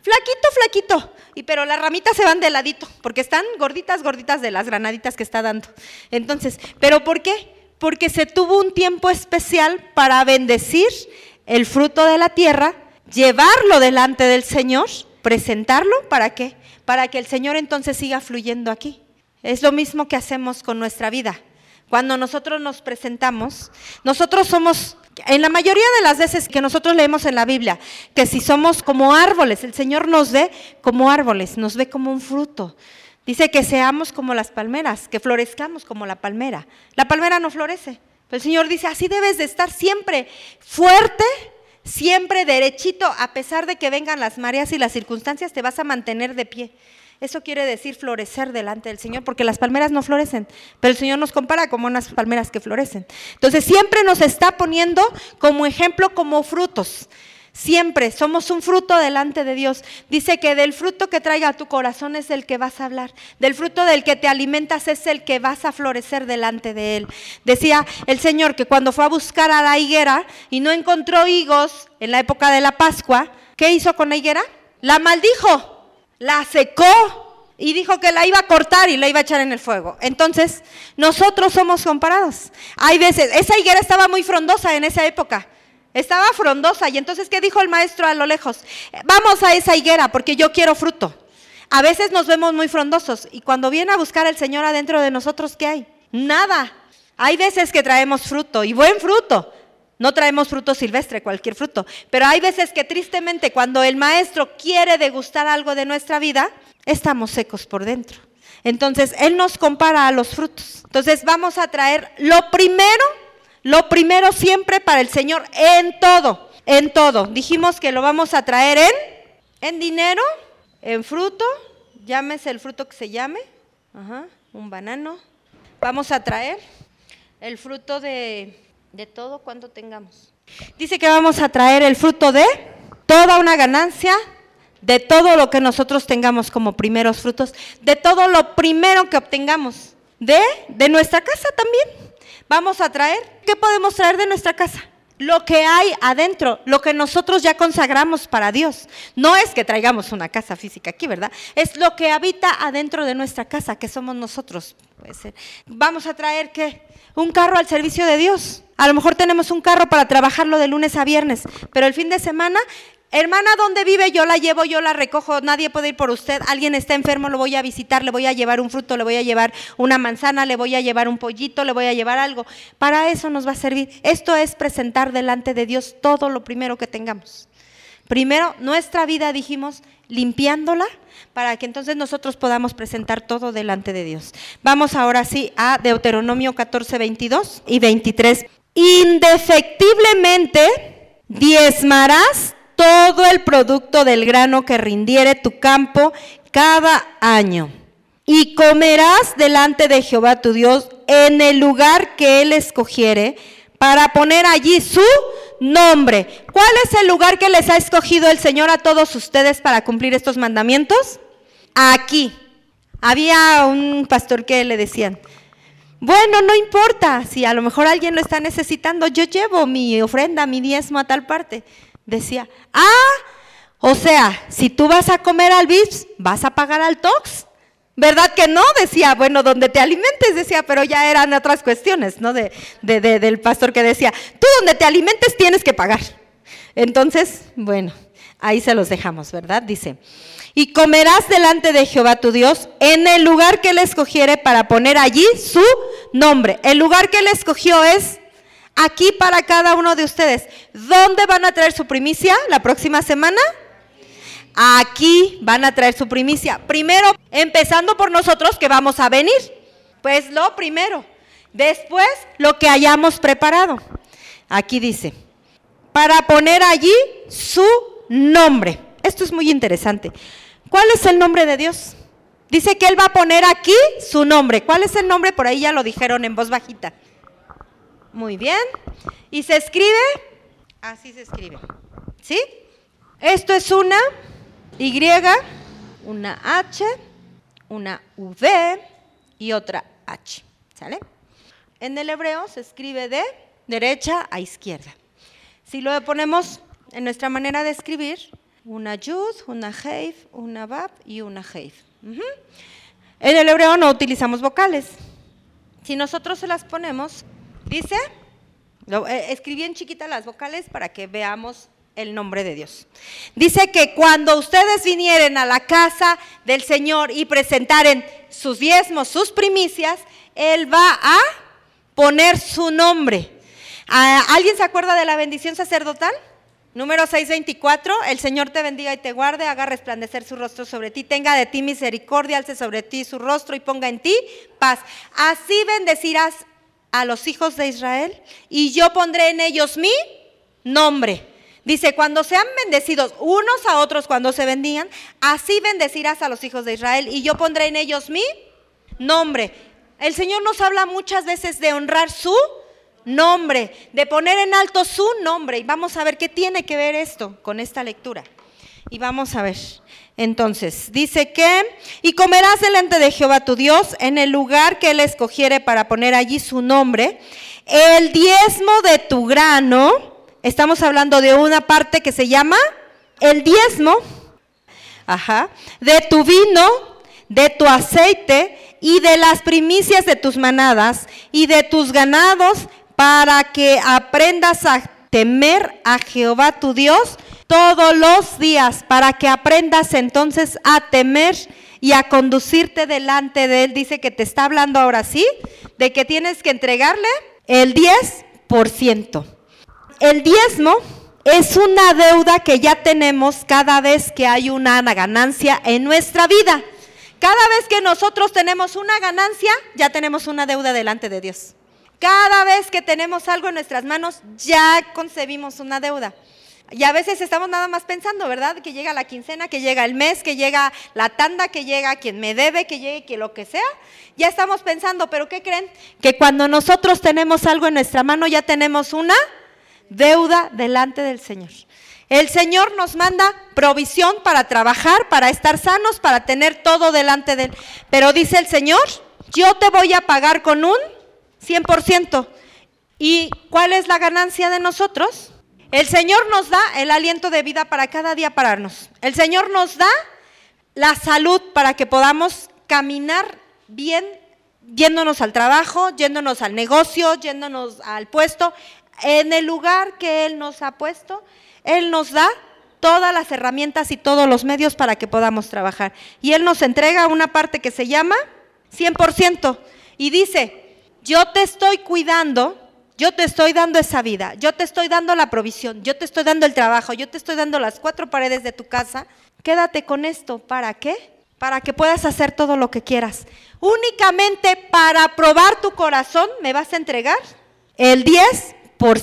B: flaquito, pero las ramitas se van de ladito, porque están gorditas de las granaditas que está dando. Entonces, ¿pero por qué? Porque se tuvo un tiempo especial para bendecir el fruto de la tierra, llevarlo delante del Señor, presentarlo, ¿para qué? Para que el Señor entonces siga fluyendo aquí. Es lo mismo que hacemos con nuestra vida. Cuando nosotros nos presentamos, nosotros somos, en la mayoría de las veces que nosotros leemos en la Biblia, que si somos como árboles, el Señor nos ve como árboles, nos ve como un fruto. Dice que seamos como las palmeras, que florezcamos como la palmera. La palmera no florece, pero el Señor dice, así debes de estar siempre fuerte, siempre derechito, a pesar de que vengan las mareas y las circunstancias, te vas a mantener de pie. Eso quiere decir florecer delante del Señor, porque las palmeras no florecen, pero el Señor nos compara como unas palmeras que florecen. Entonces siempre nos está poniendo como ejemplo, como frutos. Siempre somos un fruto delante de Dios. Dice que del fruto que traiga tu corazón es el que vas a hablar. Del fruto del que te alimentas es el que vas a florecer delante de Él. Decía el Señor que cuando fue a buscar a la higuera y no encontró higos en la época de la Pascua, ¿qué hizo con la higuera? La maldijo, la secó y dijo que la iba a cortar y la iba a echar en el fuego. Entonces, nosotros somos comparados. Hay veces, esa higuera estaba muy frondosa en esa época. Estaba frondosa y entonces, ¿qué dijo el maestro a lo lejos? Vamos a esa higuera porque yo quiero fruto. A veces nos vemos muy frondosos y cuando viene a buscar el Señor adentro de nosotros, ¿qué hay? Nada. Hay veces que traemos fruto y buen fruto. No traemos fruto silvestre, cualquier fruto. Pero hay veces que tristemente cuando el maestro quiere degustar algo de nuestra vida, estamos secos por dentro. Entonces, Él nos compara a los frutos. Entonces, vamos a traer lo primero siempre para el Señor en todo, en todo. Dijimos que lo vamos a traer en dinero, en fruto, llámese el fruto que se llame, un banano. Vamos a traer el fruto de todo cuanto tengamos. Dice que vamos a traer el fruto de toda una ganancia, de todo lo que nosotros tengamos como primeros frutos, de todo lo primero que obtengamos, de nuestra casa también. Vamos a traer, ¿qué podemos traer de nuestra casa? Lo que hay adentro, lo que nosotros ya consagramos para Dios. No es que traigamos una casa física aquí, ¿verdad? Es lo que habita adentro de nuestra casa, que somos nosotros. Puede ser. Vamos a traer, ¿qué? Un carro al servicio de Dios. A lo mejor tenemos un carro para trabajarlo de lunes a viernes, pero el fin de semana, hermana, ¿dónde vive? Yo la llevo, yo la recojo, nadie puede ir por usted. Alguien está enfermo, lo voy a visitar, le voy a llevar un fruto, le voy a llevar una manzana, le voy a llevar un pollito, le voy a llevar algo. Para eso nos va a servir. Esto es presentar delante de Dios todo lo primero que tengamos. Primero, nuestra vida, dijimos, limpiándola, para que entonces nosotros podamos presentar todo delante de Dios. Vamos ahora sí a Deuteronomio 14, 22 y 23. Indefectiblemente diezmarás todo el producto del grano que rindiere tu campo cada año, y comerás delante de Jehová tu Dios en el lugar que Él escogiere para poner allí su nombre. ¿Cuál es el lugar que les ha escogido el Señor a todos ustedes para cumplir estos mandamientos? Aquí. Había un pastor que le decían, bueno, no importa, si a lo mejor alguien lo está necesitando, yo llevo mi ofrenda, mi diezmo a tal parte. Decía, o sea, si tú vas a comer al Vips, ¿vas a pagar al Tox? ¿Verdad que no? Decía, bueno, donde te alimentes, decía, pero ya eran otras cuestiones, ¿no? Del pastor que decía, tú donde te alimentes tienes que pagar. Entonces, bueno, ahí se los dejamos, ¿verdad? Dice, y comerás delante de Jehová tu Dios en el lugar que Él escogiere para poner allí su nombre. El lugar que Él escogió es aquí para cada uno de ustedes. ¿Dónde van a traer su primicia la próxima semana? Aquí van a traer su primicia. Primero, empezando por nosotros que vamos a venir. Pues lo primero. Después, lo que hayamos preparado. Aquí dice, para poner allí su nombre. Esto es muy interesante. ¿Cuál es el nombre de Dios? Dice que Él va a poner aquí su nombre. ¿Cuál es el nombre? Por ahí ya lo dijeron en voz bajita. Muy bien. Y se escribe, así se escribe, ¿sí? Esto es una Y, una H, una V y otra H, ¿sale? En el hebreo se escribe de derecha a izquierda. Si lo ponemos en nuestra manera de escribir, una Yud, una Heif, una Bab y una Heif. En el hebreo no utilizamos vocales. Si nosotros se las ponemos, dice, escribí en chiquita las vocales para que veamos el nombre de Dios. Dice que cuando ustedes vinieren a la casa del Señor y presentaren sus diezmos, sus primicias, Él va a poner su nombre. ¿Alguien se acuerda de la bendición sacerdotal? Número 6:24, el Señor te bendiga y te guarde, haga resplandecer su rostro sobre ti, tenga de ti misericordia, alce sobre ti su rostro y ponga en ti paz. Así bendecirás a los hijos de Israel y yo pondré en ellos mi nombre. Dice, cuando sean bendecidos unos a otros cuando se bendigan, así bendecirás a los hijos de Israel y yo pondré en ellos mi nombre. El Señor nos habla muchas veces de honrar su nombre, de poner en alto su nombre. Y vamos a ver qué tiene que ver esto con esta lectura. Y vamos a ver. Entonces, dice que, y comerás delante de Jehová tu Dios en el lugar que Él escogiere para poner allí su nombre, el diezmo de tu grano. Estamos hablando de una parte que se llama el diezmo, de tu vino, de tu aceite y de las primicias de tus manadas y de tus ganados, para que aprendas a temer a Jehová tu Dios todos los días, para que aprendas entonces a temer y a conducirte delante de Él. Dice que te está hablando ahora sí, de que tienes que entregarle el 10%. El diezmo es una deuda que ya tenemos cada vez que hay una ganancia en nuestra vida. Cada vez que nosotros tenemos una ganancia, ya tenemos una deuda delante de Dios. Cada vez que tenemos algo en nuestras manos, ya concebimos una deuda. Y a veces estamos nada más pensando, ¿verdad? Que llega la quincena, que llega el mes, que llega la tanda, que llega quien me debe, que llegue que lo que sea. Ya estamos pensando, ¿pero qué creen? Que cuando nosotros tenemos algo en nuestra mano, ya tenemos una deuda delante del Señor. El Señor nos manda provisión para trabajar, para estar sanos, para tener todo delante de Él. Pero dice el Señor, yo te voy a pagar con un 100%. ¿Y cuál es la ganancia de nosotros? El Señor nos da el aliento de vida para cada día pararnos. El Señor nos da la salud para que podamos caminar bien, yéndonos al trabajo, yéndonos al negocio, yéndonos al puesto. En el lugar que Él nos ha puesto, Él nos da todas las herramientas y todos los medios para que podamos trabajar. Y Él nos entrega una parte que se llama 100%. Y dice, yo te estoy cuidando, yo te estoy dando esa vida, yo te estoy dando la provisión, yo te estoy dando el trabajo, yo te estoy dando las 4 paredes de tu casa. Quédate con esto, ¿para qué? Para que puedas hacer todo lo que quieras. Únicamente para probar tu corazón me vas a entregar el 10%.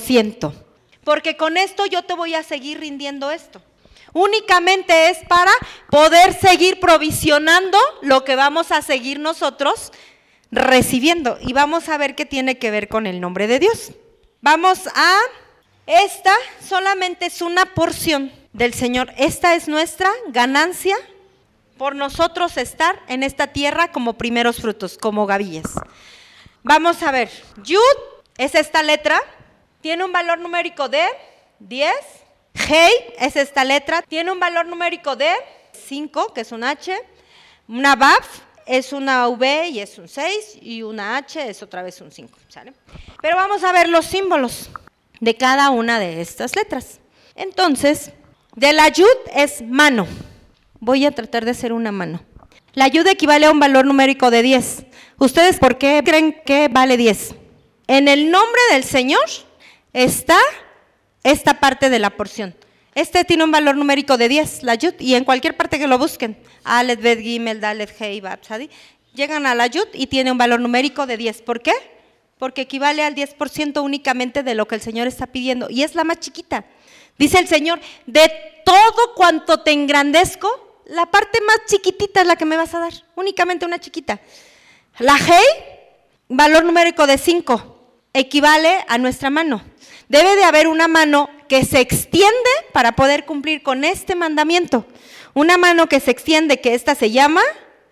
B: Porque con esto yo te voy a seguir rindiendo esto. Únicamente es para poder seguir provisionando lo que vamos a seguir nosotros recibiendo. Y vamos a ver qué tiene que ver con el nombre de Dios. Vamos a, esta solamente es una porción del Señor. Esta es nuestra ganancia por nosotros estar en esta tierra como primeros frutos, como gavillas. Vamos a ver, Yud es esta letra. Tiene un valor numérico de 10. Hei es esta letra. Tiene un valor numérico de 5, que es un H. Una Vav es una V y es un 6. Y una H es otra vez un 5. ¿Sale? Pero vamos a ver los símbolos de cada una de estas letras. Entonces, de la Yud es mano. Voy a tratar de hacer una mano. La Yud equivale a un valor numérico de 10. ¿Ustedes por qué creen que vale 10? En el nombre del Señor está esta parte de la porción. Este tiene un valor numérico de 10, la Yud, y en cualquier parte que lo busquen, Aleph, Bet, Gimel, Dalet, Hei, Vav, Tzadi, llegan a la Yud y tiene un valor numérico de 10. ¿Por qué? Porque equivale al 10% únicamente de lo que el Señor está pidiendo, y es la más chiquita. Dice el Señor, de todo cuanto te engrandezco, la parte más chiquitita es la que me vas a dar, únicamente una chiquita. La Hei, valor numérico de 5, equivale a nuestra mano. Debe de haber una mano que se extiende para poder cumplir con este mandamiento. Una mano que se extiende, que esta se llama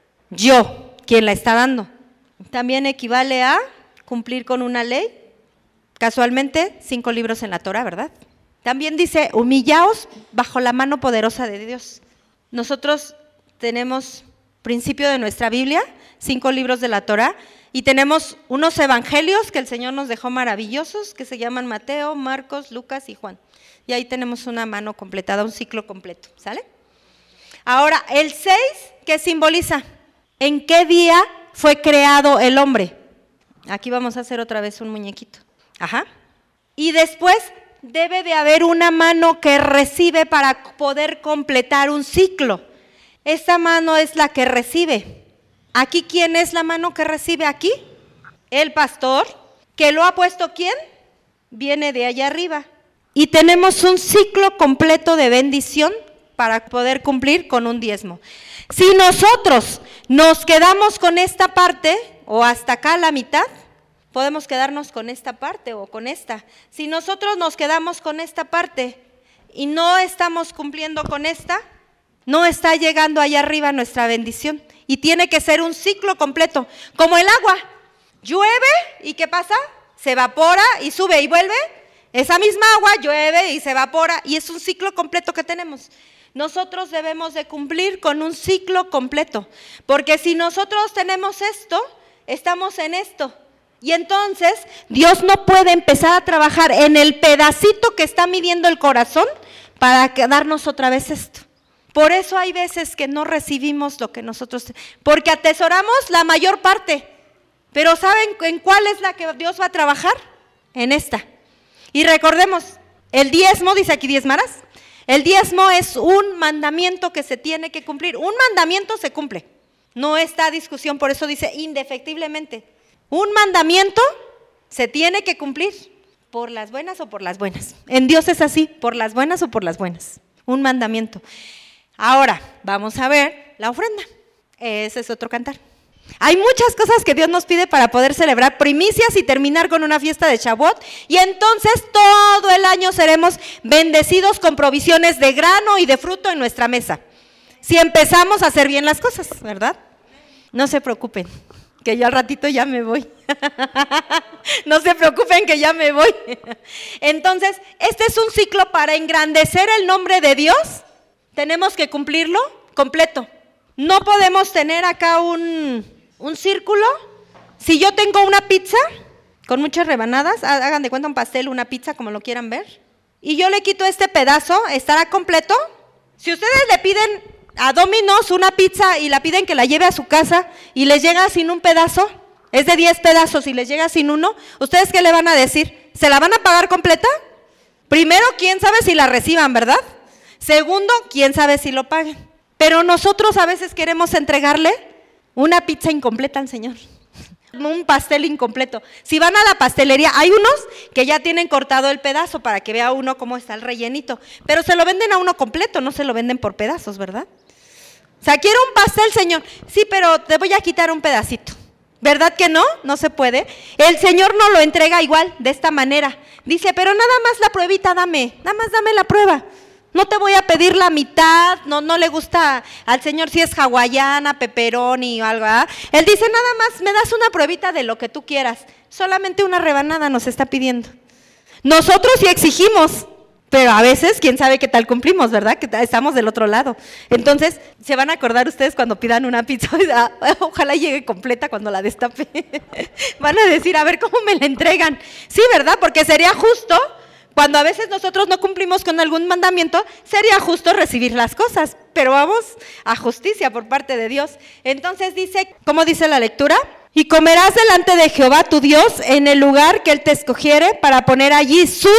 B: yo, quien la está dando. También equivale a cumplir con una ley. Casualmente, 5 libros en la Torah, ¿verdad? También dice, humillaos bajo la mano poderosa de Dios. Nosotros tenemos principio de nuestra Biblia, 5 libros de la Torah, y tenemos unos evangelios que el Señor nos dejó maravillosos, que se llaman Mateo, Marcos, Lucas y Juan. Y ahí tenemos una mano completada, un ciclo completo, ¿sale? Ahora, el 6, ¿qué simboliza? ¿En qué día fue creado el hombre? Aquí vamos a hacer otra vez un muñequito. Y después debe de haber una mano que recibe para poder completar un ciclo. Esta mano es la que recibe. Aquí, ¿quién es la mano que recibe aquí? El pastor, que lo ha puesto ¿quién? Viene de allá arriba. y tenemos un ciclo completo de bendición para poder cumplir con un diezmo. Si nosotros nos quedamos con esta parte o hasta acá la mitad, podemos quedarnos con esta parte o con esta. Si nosotros nos quedamos con esta parte y no estamos cumpliendo con esta, no está llegando allá arriba nuestra bendición. Y tiene que ser un ciclo completo, como el agua. Llueve y ¿qué pasa? Se evapora y sube y vuelve. Esa misma agua llueve y se evapora y es un ciclo completo que tenemos. Nosotros debemos de cumplir con un ciclo completo, porque si nosotros tenemos esto, estamos en esto. Y entonces Dios no puede empezar a trabajar en el pedacito que está midiendo el corazón para darnos otra vez esto. Por eso hay veces que no recibimos lo que nosotros, porque atesoramos la mayor parte. Pero ¿saben en cuál es la que Dios va a trabajar? En esta. Y recordemos, el diezmo, dice aquí diezmarás, el diezmo es un mandamiento que se tiene que cumplir. Un mandamiento se cumple, no está a discusión, por eso dice indefectiblemente. Un mandamiento se tiene que cumplir, por las buenas o por las buenas. En Dios es así, por las buenas o por las buenas. Un mandamiento. Ahora, vamos a ver la ofrenda. Ese es otro cantar. Hay muchas cosas que Dios nos pide para poder celebrar primicias y terminar con una fiesta de Shavuot, y entonces todo el año seremos bendecidos con provisiones de grano y de fruto en nuestra mesa. Si empezamos a hacer bien las cosas, ¿verdad? No se preocupen, que yo al ratito ya me voy. No se preocupen que ya me voy. Entonces, este es un ciclo para engrandecer el nombre de Dios. Tenemos que cumplirlo completo. No podemos tener acá un círculo. Si yo tengo una pizza con muchas rebanadas, hagan de cuenta un pastel, una pizza, como lo quieran ver, y yo le quito este pedazo, ¿estará completo? Si ustedes le piden a Domino's una pizza y la piden que la lleve a su casa y les llega sin un pedazo, es de 10 pedazos y les llega sin uno, ¿ustedes qué le van a decir? ¿Se la van a pagar completa? Primero, ¿quién sabe si la reciban, verdad? Segundo, ¿quién sabe si lo paguen? Pero nosotros a veces queremos entregarle una pizza incompleta al Señor, un pastel incompleto. Si van a la pastelería, hay unos que ya tienen cortado el pedazo para que vea uno cómo está el rellenito, pero se lo venden a uno completo, no se lo venden por pedazos, ¿verdad? O sea, quiero un pastel, Señor. Sí, pero te voy a quitar un pedacito. ¿Verdad que no? No se puede. El Señor no lo entrega igual, de esta manera. Dice, pero nada más la pruebita dame, nada más dame la prueba. No te voy a pedir la mitad, no le gusta al Señor si es hawaiana, pepperoni o algo, ¿verdad? Él dice, nada más me das una pruebita de lo que tú quieras. Solamente una rebanada nos está pidiendo. Nosotros sí exigimos, pero a veces, quién sabe qué tal cumplimos, ¿verdad? Que estamos del otro lado. Entonces, se van a acordar ustedes cuando pidan una pizza, ojalá llegue completa cuando la destape. Van a decir, a ver cómo me la entregan. Sí, ¿verdad? Porque sería justo. Cuando a veces nosotros no cumplimos con algún mandamiento, sería justo recibir las cosas, pero vamos a justicia por parte de Dios. Entonces dice, ¿cómo dice la lectura? Y comerás delante de Jehová tu Dios en el lugar que Él te escogiere para poner allí su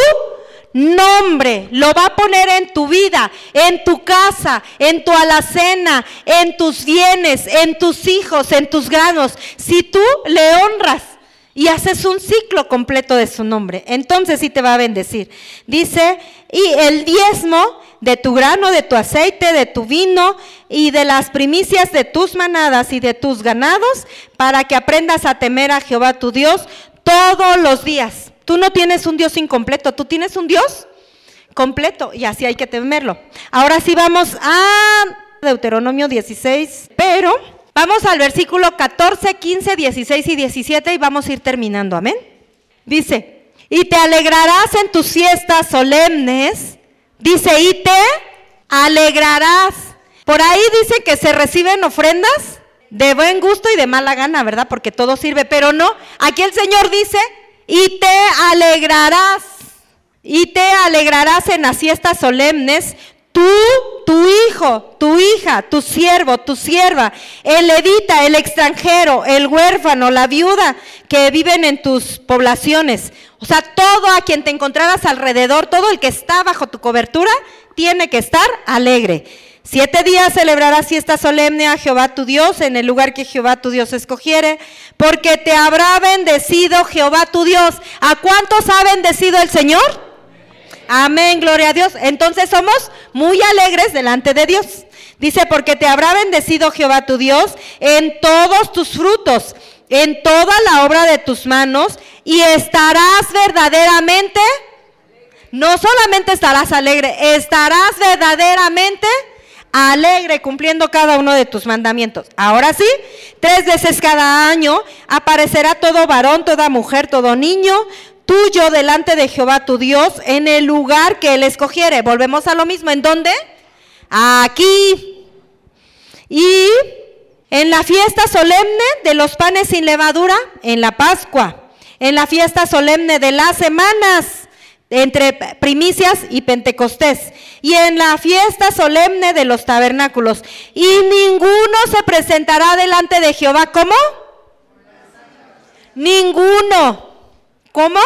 B: nombre. Lo va a poner en tu vida, en tu casa, en tu alacena, en tus bienes, en tus hijos, en tus granos. Si tú le honras y haces un ciclo completo de su nombre, entonces sí te va a bendecir. Dice, y el diezmo de tu grano, de tu aceite, de tu vino y de las primicias de tus manadas y de tus ganados, para que aprendas a temer a Jehová tu Dios todos los días. Tú no tienes un Dios incompleto, tú tienes un Dios completo y así hay que temerlo. Ahora sí vamos a Deuteronomio 16, pero vamos al versículo 14, 15, 16 y 17 y vamos a ir terminando, amén. Dice, y te alegrarás en tus fiestas solemnes, dice, y te alegrarás. Por ahí dice que se reciben ofrendas de buen gusto y de mala gana, ¿verdad? Porque todo sirve, pero no, aquí el Señor dice, y te alegrarás en las fiestas solemnes, tú, tu hijo, tu hija, tu siervo, tu sierva, el levita, el extranjero, el huérfano, la viuda que viven en tus poblaciones. O sea, todo a quien te encontraras alrededor, todo el que está bajo tu cobertura, tiene que estar alegre. 7 días celebrarás fiesta solemne a Jehová tu Dios en el lugar que Jehová tu Dios escogiere, porque te habrá bendecido Jehová tu Dios. ¿A cuántos ha bendecido el Señor? Amén, gloria a Dios. Entonces somos muy alegres delante de Dios. Dice, porque te habrá bendecido Jehová tu Dios en todos tus frutos, en toda la obra de tus manos, y estarás verdaderamente, no solamente estarás alegre, estarás verdaderamente alegre cumpliendo cada uno de tus mandamientos. Ahora sí, 3 veces cada año aparecerá todo varón, toda mujer, todo niño tuyo delante de Jehová tu Dios en el lugar que él escogiere. Volvemos a lo mismo, ¿en dónde? Aquí. Y en la fiesta solemne de los panes sin levadura, en la Pascua, en la fiesta solemne de las semanas, entre primicias y Pentecostés, y en la fiesta solemne de los tabernáculos, y ninguno se presentará delante de Jehová. ¿Cómo? Ninguno. ¿Cómo?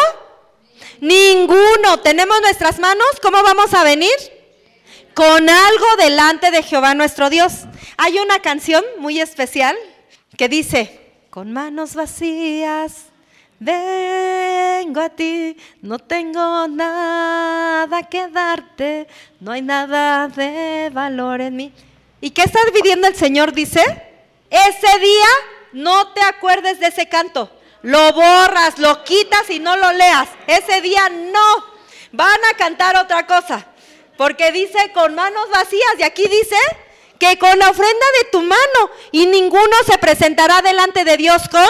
B: Ninguno. ¿Tenemos nuestras manos? ¿Cómo vamos a venir? Con algo delante de Jehová nuestro Dios. Hay una canción muy especial que dice, con manos vacías vengo a ti, no tengo nada que darte, no hay nada de valor en mí. ¿Y qué está pidiendo el Señor? Dice, ese día no te acuerdes de ese canto, lo borras, lo quitas y no lo leas. Ese día no, van a cantar otra cosa, porque dice con manos vacías, y aquí dice que con la ofrenda de tu mano, y ninguno se presentará delante de Dios con...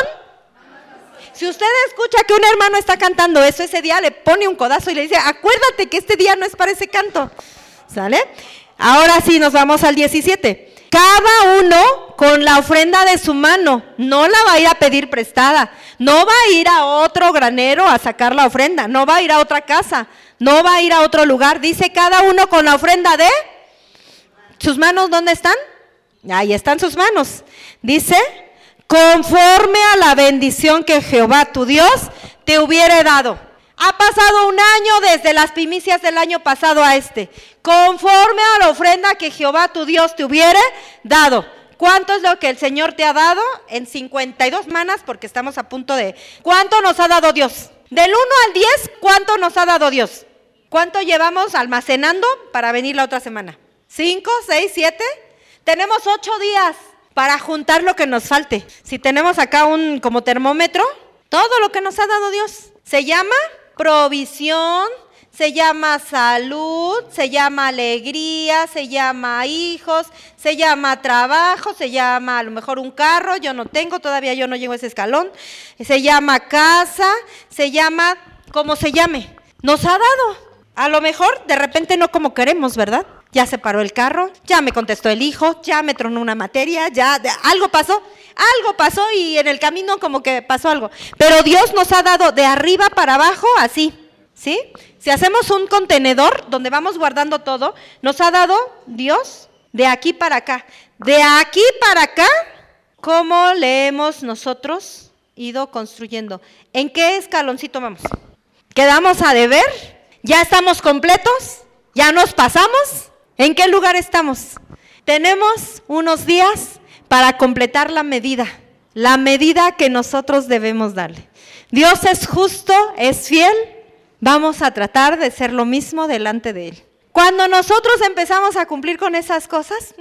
B: Si usted escucha que un hermano está cantando eso, ese día le pone un codazo y le dice, acuérdate que este día no es para ese canto, ¿sale? Ahora sí, nos vamos al 17. Cada uno con la ofrenda de su mano, no la va a ir a pedir prestada, no va a ir a otro granero a sacar la ofrenda, no va a ir a otra casa, no va a ir a otro lugar. Dice cada uno con la ofrenda de sus manos. ¿Dónde están? Ahí están sus manos. Dice, conforme a la bendición que Jehová tu Dios te hubiere dado. Ha pasado un año desde las primicias del año pasado a este. Conforme a la ofrenda que Jehová tu Dios te hubiere dado. ¿Cuánto es lo que el Señor te ha dado? En 52 semanas, porque estamos a punto de... ¿Cuánto nos ha dado Dios? Del 1 al 10, ¿cuánto nos ha dado Dios? ¿Cuánto llevamos almacenando para venir la otra semana? ¿5, 6, 7? Tenemos 8 días para juntar lo que nos falte. Si tenemos acá un como termómetro, todo lo que nos ha dado Dios. Se llama provisión, se llama salud, se llama alegría, se llama hijos, se llama trabajo, se llama a lo mejor un carro, yo no tengo, todavía yo no llego a ese escalón, se llama casa, se llama como se llame. Nos ha dado. A lo mejor de repente no como queremos, ¿verdad? Ya se paró el carro, ya me contestó el hijo, ya me tronó una materia, ya algo pasó y en el camino como que pasó algo. Pero Dios nos ha dado de arriba para abajo así, ¿sí? Si hacemos un contenedor donde vamos guardando todo, nos ha dado Dios de aquí para acá. De aquí para acá, ¿cómo le hemos nosotros ido construyendo? ¿En qué escaloncito vamos? ¿Quedamos a deber? ¿Ya estamos completos? ¿Ya nos pasamos? ¿En qué lugar estamos? Tenemos unos días para completar la medida que nosotros debemos darle. Dios es justo, es fiel, vamos a tratar de ser lo mismo delante de Él. Cuando nosotros empezamos a cumplir con esas cosas,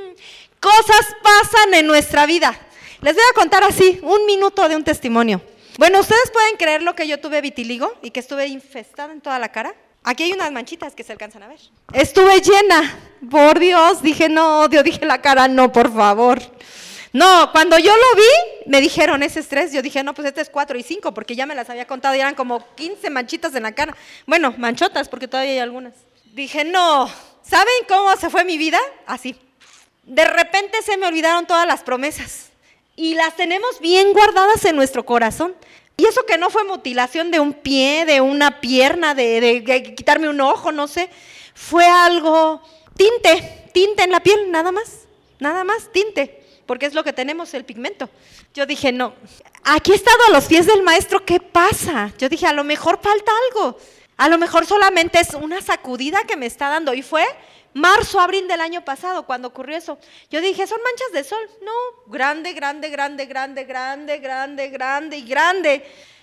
B: cosas pasan en nuestra vida. Les voy a contar así, un minuto de un testimonio. Bueno, ¿ustedes pueden creer lo que yo tuve vitiligo y que estuve infestada en toda la cara? Aquí hay unas manchitas que se alcanzan a ver. Estuve llena, por Dios, dije no, Dios, dije la cara, no, por favor. No, cuando yo lo vi, me dijeron, ese es 3, yo dije, no, pues este es 4 y 5, porque ya me las había contado y eran como 15 manchitas en la cara. Bueno, manchotas, porque todavía hay algunas. Dije, no, ¿saben cómo se fue mi vida? Así. De repente se me olvidaron todas las promesas y las tenemos bien guardadas en nuestro corazón. Y eso que no fue mutilación de un pie, de una pierna, de quitarme un ojo, no sé. Fue algo, tinte en la piel, nada más, tinte, porque es lo que tenemos, el pigmento. Yo dije, no, aquí he estado a los pies del maestro, ¿qué pasa? Yo dije, a lo mejor falta algo, a lo mejor solamente es una sacudida que me está dando. Y fue marzo, abril del año pasado cuando ocurrió eso. Yo dije, son manchas de sol. No, grande y grande.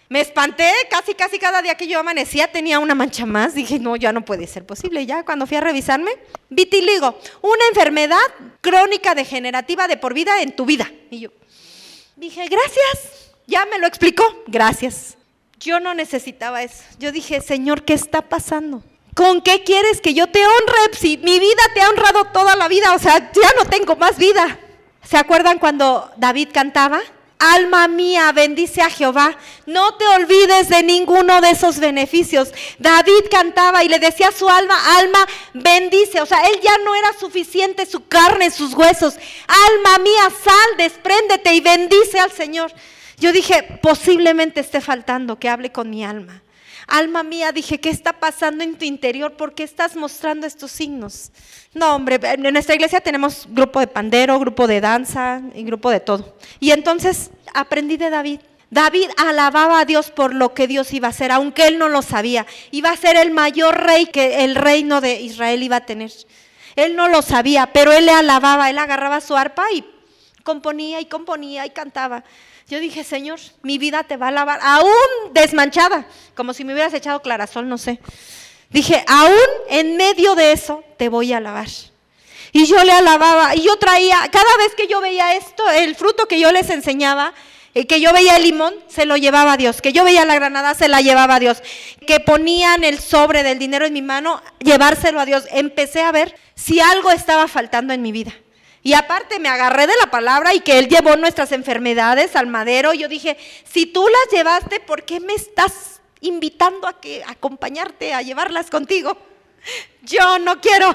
B: Me espanté, casi cada día que yo amanecía tenía una mancha más. Dije, no, ya no puede ser posible. Ya cuando fui a revisarme, vitiligo, una enfermedad crónica degenerativa de por vida en tu vida. Y yo dije, gracias, ya me lo explicó, gracias. Yo no necesitaba eso. Yo dije, Señor, ¿qué está pasando? ¿Con qué quieres que yo te honre? Si mi vida te ha honrado toda la vida, o sea, ya no tengo más vida. ¿Se acuerdan cuando David cantaba? Alma mía, bendice a Jehová, no te olvides de ninguno de esos beneficios. David cantaba y le decía a su alma, alma, bendice. O sea, él ya no era suficiente su carne, sus huesos. Alma mía, sal, despréndete y bendice al Señor. Yo dije, posiblemente esté faltando que hable con mi alma. Alma mía, dije, ¿qué está pasando en tu interior? ¿Por qué estás mostrando estos signos? No, hombre, en nuestra iglesia tenemos grupo de pandero, grupo de danza y grupo de todo. Y entonces aprendí de David. David alababa a Dios por lo que Dios iba a hacer, aunque él no lo sabía. Iba a ser el mayor rey que el reino de Israel iba a tener. Él no lo sabía, pero él le alababa, él agarraba su arpa y componía y cantaba. Yo dije, Señor, mi vida te va a alabar, aún desmanchada, como si me hubieras echado clarasol, no sé. Dije, aún en medio de eso te voy a alabar. Y yo le alababa, y yo traía, cada vez que yo veía esto, el fruto que yo les enseñaba, que yo veía el limón, se lo llevaba a Dios, que yo veía la granada, se la llevaba a Dios, que ponían el sobre del dinero en mi mano, llevárselo a Dios. Empecé a ver si algo estaba faltando en mi vida. Y aparte me agarré de la palabra y que Él llevó nuestras enfermedades al madero. Y yo dije, si tú las llevaste, ¿por qué me estás invitando a acompañarte, a llevarlas contigo? Yo no quiero.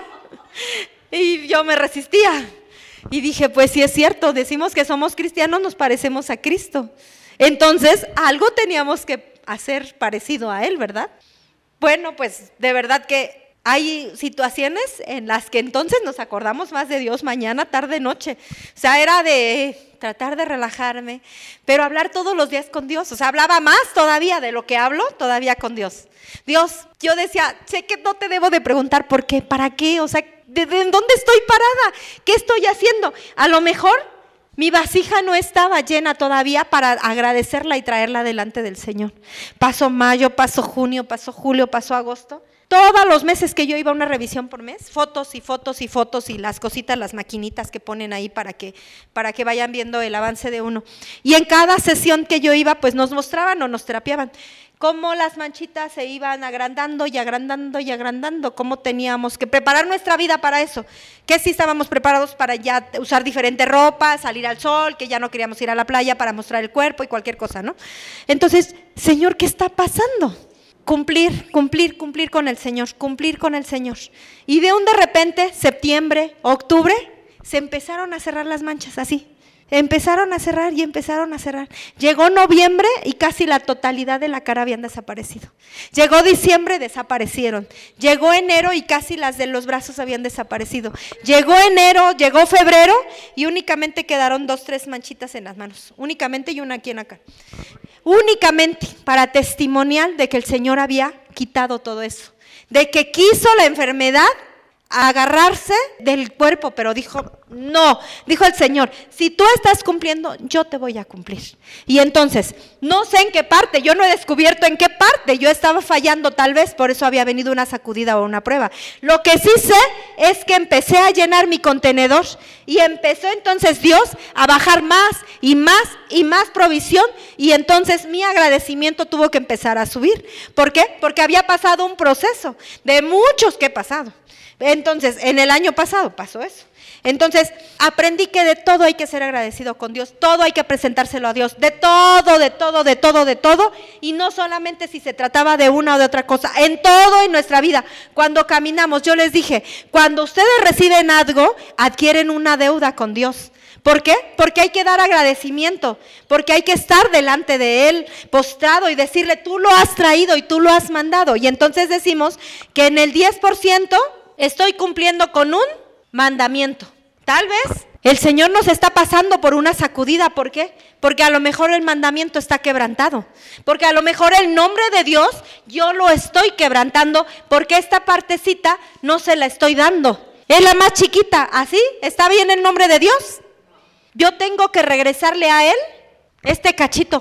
B: Y yo me resistía. Y dije, pues sí es cierto, decimos que somos cristianos, nos parecemos a Cristo. Entonces, algo teníamos que hacer parecido a Él, ¿verdad? Bueno, pues de verdad que hay situaciones en las que entonces nos acordamos más de Dios mañana, tarde, noche. O sea, era de tratar de relajarme, pero hablar todos los días con Dios. O sea, hablaba más todavía de lo que hablo todavía con Dios. Dios, yo decía, sé que no te debo de preguntar por qué, para qué, o sea, ¿de dónde estoy parada? ¿Qué estoy haciendo? A lo mejor mi vasija no estaba llena todavía para agradecerla y traerla delante del Señor. Pasó mayo, pasó junio, pasó julio, pasó agosto. Todos los meses que yo iba a una revisión por mes, fotos y las cositas, las maquinitas que ponen ahí para que vayan viendo el avance de uno. Y en cada sesión que yo iba, pues nos mostraban o nos terapiaban cómo las manchitas se iban agrandando y agrandando y agrandando, cómo teníamos que preparar nuestra vida para eso, que sí estábamos preparados para ya usar diferente ropa, salir al sol, que ya no queríamos ir a la playa para mostrar el cuerpo y cualquier cosa, ¿no? Entonces, Señor, ¿qué está pasando? Cumplir con el Señor, cumplir con el Señor. Y de repente, septiembre, octubre, se empezaron a cerrar las manchas así. Empezaron a cerrar. Llegó noviembre y casi la totalidad de la cara habían desaparecido. Llegó diciembre, desaparecieron. Llegó enero y casi las de los brazos habían desaparecido. Llegó febrero y únicamente quedaron 2, 3 manchitas en las manos. Únicamente y una aquí en acá. Únicamente para testimonial de que el Señor había quitado todo eso. De que quiso la enfermedad agarrarse del cuerpo, pero dijo, no, dijo el Señor, si tú estás cumpliendo, yo te voy a cumplir. Y entonces, no sé en qué parte, yo no he descubierto en qué parte yo estaba fallando, tal vez por eso había venido una sacudida o una prueba. Lo que sí sé es que empecé a llenar mi contenedor y empezó entonces Dios a bajar más y más y más provisión, y entonces mi agradecimiento tuvo que empezar a subir. ¿Por qué? Porque había pasado un proceso de muchos que he pasado. Entonces, en el año pasado pasó eso. Entonces, aprendí que de todo hay que ser agradecido con Dios, todo hay que presentárselo a Dios, de todo, y no solamente si se trataba de una o de otra cosa, en todo en nuestra vida. Cuando caminamos, yo les dije, cuando ustedes reciben algo, adquieren una deuda con Dios. ¿Por qué? Porque hay que dar agradecimiento, porque hay que estar delante de Él, postrado y decirle, tú lo has traído y tú lo has mandado. Y entonces decimos que en el 10% estoy cumpliendo con un mandamiento. Tal vez el Señor nos está pasando por una sacudida. ¿Por qué? Porque a lo mejor el mandamiento está quebrantado. Porque a lo mejor el nombre de Dios yo lo estoy quebrantando porque esta partecita no se la estoy dando. Es la más chiquita. ¿Así? ¿Está bien el nombre de Dios? Yo tengo que regresarle a Él este cachito.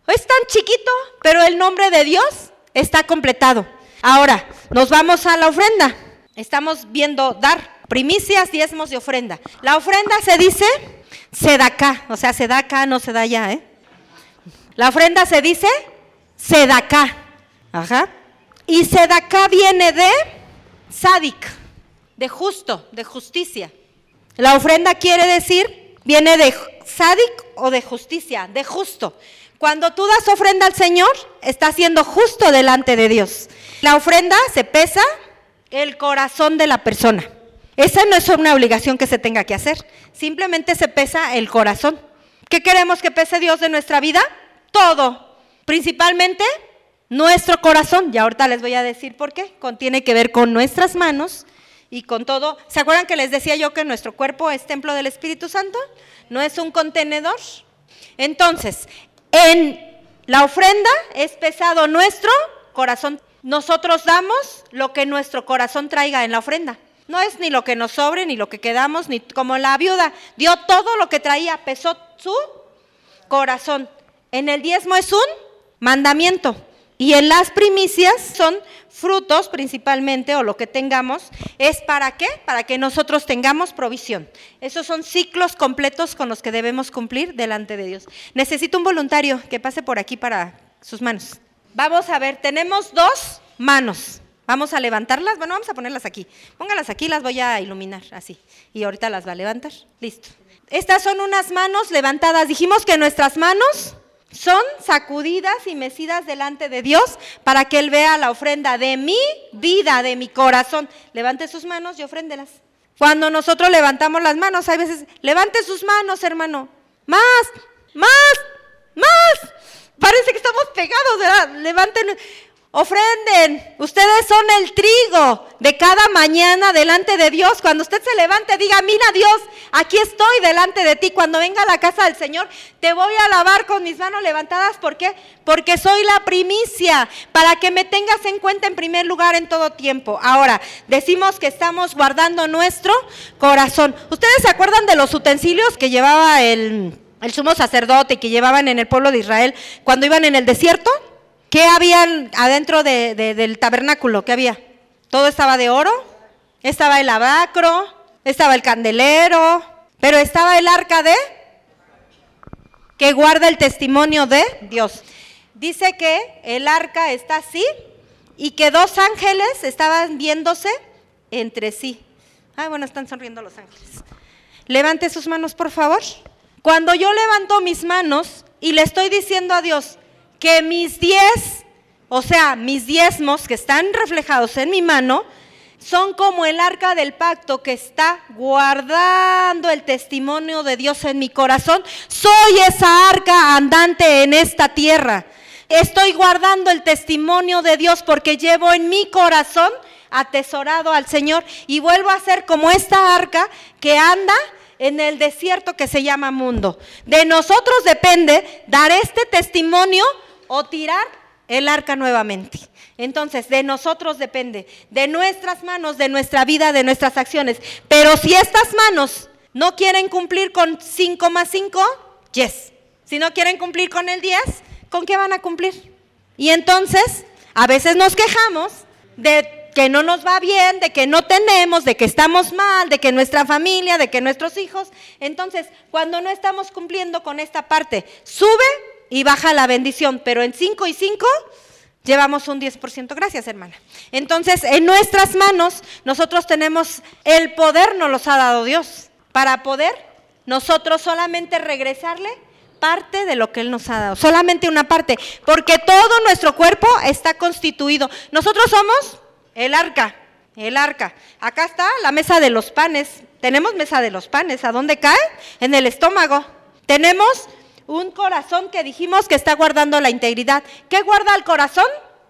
B: Es tan chiquito, pero el nombre de Dios está completado. Ahora, nos vamos a la ofrenda. Estamos viendo dar primicias, diezmos y ofrenda. La ofrenda se dice sedacá, o sea, sedacá no se da ya, ¿eh? La ofrenda se dice sedacá. Ajá. Y sedacá viene de sádic, de justo, de justicia. La ofrenda quiere decir, viene de sádic o de justicia, de justo. Cuando tú das ofrenda al Señor, estás siendo justo delante de Dios. La ofrenda se pesa el corazón de la persona. Esa no es una obligación que se tenga que hacer, simplemente se pesa el corazón. ¿Qué queremos que pese Dios de nuestra vida? Todo, principalmente nuestro corazón. Y ahorita les voy a decir por qué. Tiene que ver con nuestras manos y con todo. ¿Se acuerdan que les decía yo que nuestro cuerpo es templo del Espíritu Santo? ¿No es un contenedor? Entonces, en la ofrenda es pesado nuestro corazón. Nosotros damos lo que nuestro corazón traiga en la ofrenda. No es ni lo que nos sobre, ni lo que quedamos, ni como la viuda. Dio todo lo que traía, pesó su corazón. En el diezmo es un mandamiento. Y en las primicias son frutos principalmente, o lo que tengamos. ¿Es para qué? Para que nosotros tengamos provisión. Esos son ciclos completos con los que debemos cumplir delante de Dios. Necesito un voluntario que pase por aquí para sus manos. Vamos a ver, tenemos 2 manos. Vamos a levantarlas, bueno, vamos a ponerlas aquí. Pónganlas aquí, las voy a iluminar, así. Y ahorita las va a levantar, listo. Estas son unas manos levantadas. Dijimos que nuestras manos son sacudidas y mecidas delante de Dios para que Él vea la ofrenda de mi vida, de mi corazón. Levante sus manos y ofréndelas. Cuando nosotros levantamos las manos, hay veces, levante sus manos, hermano. Más. Parece que estamos pegados, ¿verdad? Levanten. Ofrenden, ustedes son el trigo de cada mañana delante de Dios. Cuando usted se levante, diga, mira Dios, aquí estoy delante de ti. Cuando venga a la casa del Señor, te voy a alabar con mis manos levantadas. ¿Por qué? Porque soy la primicia, para que me tengas en cuenta en primer lugar en todo tiempo. Ahora, decimos que estamos guardando nuestro corazón. ¿Ustedes se acuerdan de los utensilios que llevaba el sumo sacerdote y que llevaban en el pueblo de Israel cuando iban en el desierto? ¿Qué habían adentro del tabernáculo? ¿Qué había? Todo estaba de oro, estaba el lavacro, estaba el candelero, pero estaba el arca que guarda el testimonio de Dios. Dice que el arca está así y que 2 ángeles estaban viéndose entre sí. Ay, bueno, están sonriendo los ángeles. Levante sus manos, por favor. Cuando yo levanto mis manos y le estoy diciendo a Dios que mis 10, o sea, mis diezmos que están reflejados en mi mano, son como el arca del pacto que está guardando el testimonio de Dios en mi corazón. Soy esa arca andante en esta tierra. Estoy guardando el testimonio de Dios porque llevo en mi corazón atesorado al Señor y vuelvo a ser como esta arca que anda en el desierto que se llama mundo. De nosotros depende dar este testimonio o tirar el arca nuevamente. Entonces, de nosotros depende, de nuestras manos, de nuestra vida, de nuestras acciones. Pero si estas manos no quieren cumplir con 5 más 5, yes. Si no quieren cumplir con el 10, ¿con qué van a cumplir? Y entonces, a veces nos quejamos de que no nos va bien, de que no tenemos, de que estamos mal, de que nuestra familia, de que nuestros hijos. Entonces, cuando no estamos cumpliendo con esta parte, sube y baja la bendición, pero en 5 y 5 llevamos un 10%. Gracias, hermana. Entonces, en nuestras manos, nosotros tenemos el poder, nos los ha dado Dios, para poder nosotros solamente regresarle parte de lo que Él nos ha dado, solamente una parte, porque todo nuestro cuerpo está constituido. Nosotros somos el arca. Acá está la mesa de los panes. Tenemos mesa de los panes. ¿A dónde cae? En el estómago. Tenemos un corazón que dijimos que está guardando la integridad. ¿Qué guarda el corazón?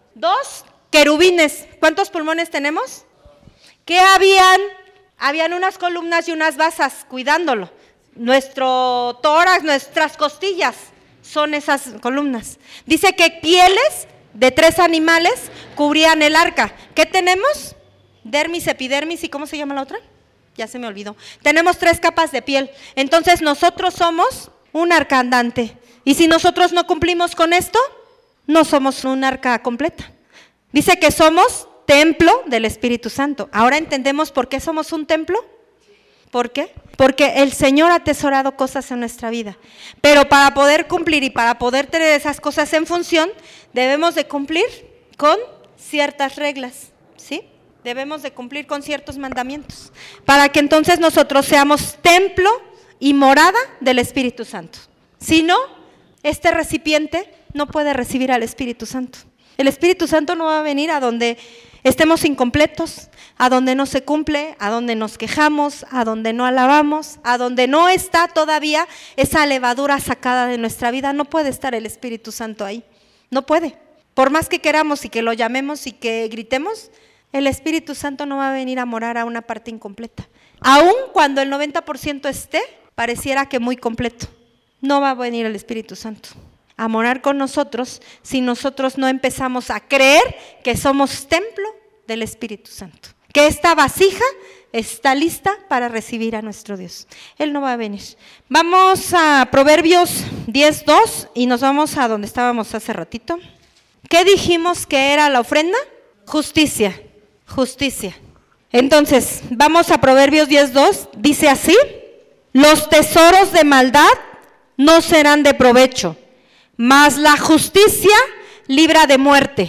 B: 2 querubines. ¿Cuántos pulmones tenemos? ¿Qué habían? Habían unas columnas y unas basas cuidándolo. Nuestro tórax, nuestras costillas son esas columnas. Dice que pieles de 3 animales cubrían el arca. ¿Qué tenemos? Dermis, epidermis y ¿cómo se llama la otra? Ya se me olvidó. Tenemos 3 capas de piel. Entonces nosotros somos un arca andante Y si nosotros no cumplimos con esto, no somos un arca completa. Dice que somos templo del Espíritu Santo. ¿Ahora entendemos por qué somos un templo? ¿Por qué? Porque el Señor ha atesorado cosas en nuestra vida. Pero para poder cumplir y para poder tener esas cosas en función, debemos de cumplir con ciertas reglas, ¿sí? Debemos de cumplir con ciertos mandamientos, para que entonces nosotros seamos templo y morada del Espíritu Santo. Si no, este recipiente no puede recibir al Espíritu Santo. El Espíritu Santo no va a venir a donde estemos incompletos, a donde no se cumple, a donde nos quejamos, a donde no alabamos, a donde no está todavía esa levadura sacada de nuestra vida. No puede estar el Espíritu Santo ahí, no puede. Por más que queramos y que lo llamemos y que gritemos, el Espíritu Santo no va a venir a morar a una parte incompleta. Aun cuando el 90% esté, pareciera que muy completo. No va a venir el Espíritu Santo a morar con nosotros si nosotros no empezamos a creer que somos templo del Espíritu Santo. Que esta vasija está lista para recibir a nuestro Dios. Él no va a venir. Vamos a Proverbios 10:2 y nos vamos a donde estábamos hace ratito. ¿Qué dijimos que era la ofrenda? Justicia, justicia. Entonces, vamos a Proverbios 10:2, dice así: los tesoros de maldad no serán de provecho, mas la justicia libra de muerte.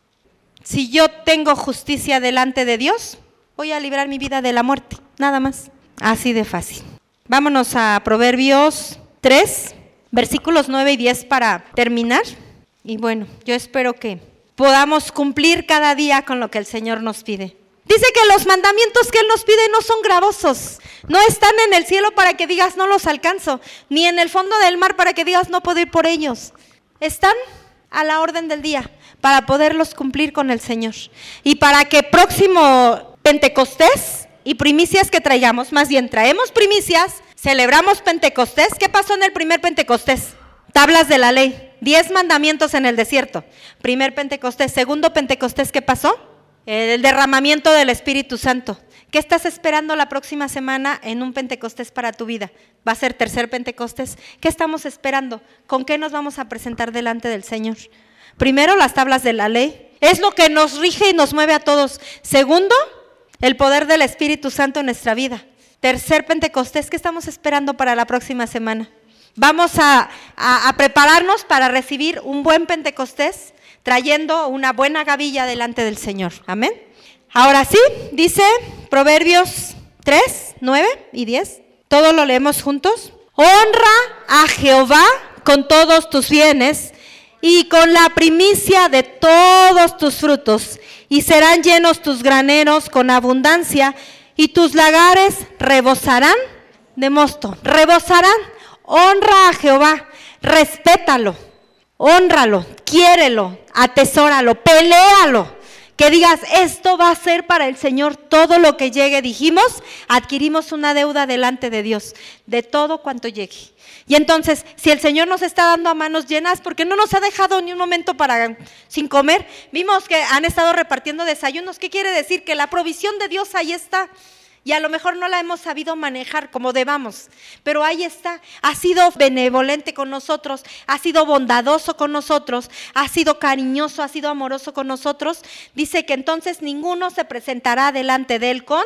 B: Si yo tengo justicia delante de Dios, voy a librar mi vida de la muerte, nada más. Así de fácil. Vámonos a Proverbios 3, versículos 9 y 10 para terminar. Y bueno, yo espero que podamos cumplir cada día con lo que el Señor nos pide. Dice que los mandamientos que Él nos pide no son gravosos, no están en el cielo para que digas no los alcanzo, ni en el fondo del mar para que digas no puedo ir por ellos. Están a la orden del día para poderlos cumplir con el Señor. Y para que próximo Pentecostés y primicias que traigamos, más bien traemos primicias, celebramos Pentecostés. ¿Qué pasó en el primer Pentecostés? Tablas de la ley, 10 mandamientos en el desierto. Primer Pentecostés. Segundo Pentecostés, ¿qué pasó? El derramamiento del Espíritu Santo. ¿Qué estás esperando la próxima semana en un Pentecostés para tu vida? Va a ser tercer Pentecostés. ¿Qué estamos esperando? ¿Con qué nos vamos a presentar delante del Señor? Primero, las tablas de la ley. Es lo que nos rige y nos mueve a todos. Segundo, el poder del Espíritu Santo en nuestra vida. Tercer Pentecostés, ¿qué estamos esperando para la próxima semana? Vamos a prepararnos para recibir un buen Pentecostés, trayendo una buena gavilla delante del Señor. Amén. Ahora sí, dice Proverbios 3, 9 y 10. Todos lo leemos juntos. Honra a Jehová con todos tus bienes y con la primicia de todos tus frutos, y serán llenos tus graneros con abundancia, y tus lagares rebosarán de mosto. Rebosarán. Honra a Jehová, respétalo, hónralo, quiérelo, atesóralo, peléalo. Que digas, esto va a ser para el Señor todo lo que llegue. Dijimos, adquirimos una deuda delante de Dios, de todo cuanto llegue. Y entonces, si el Señor nos está dando a manos llenas, porque no nos ha dejado ni un momento sin comer. Vimos que han estado repartiendo desayunos. ¿Qué quiere decir? Que la provisión de Dios ahí está. Y a lo mejor no la hemos sabido manejar como debamos, pero ahí está. Ha sido benevolente con nosotros, ha sido bondadoso con nosotros, ha sido cariñoso, ha sido amoroso con nosotros. Dice que entonces ninguno se presentará delante de Él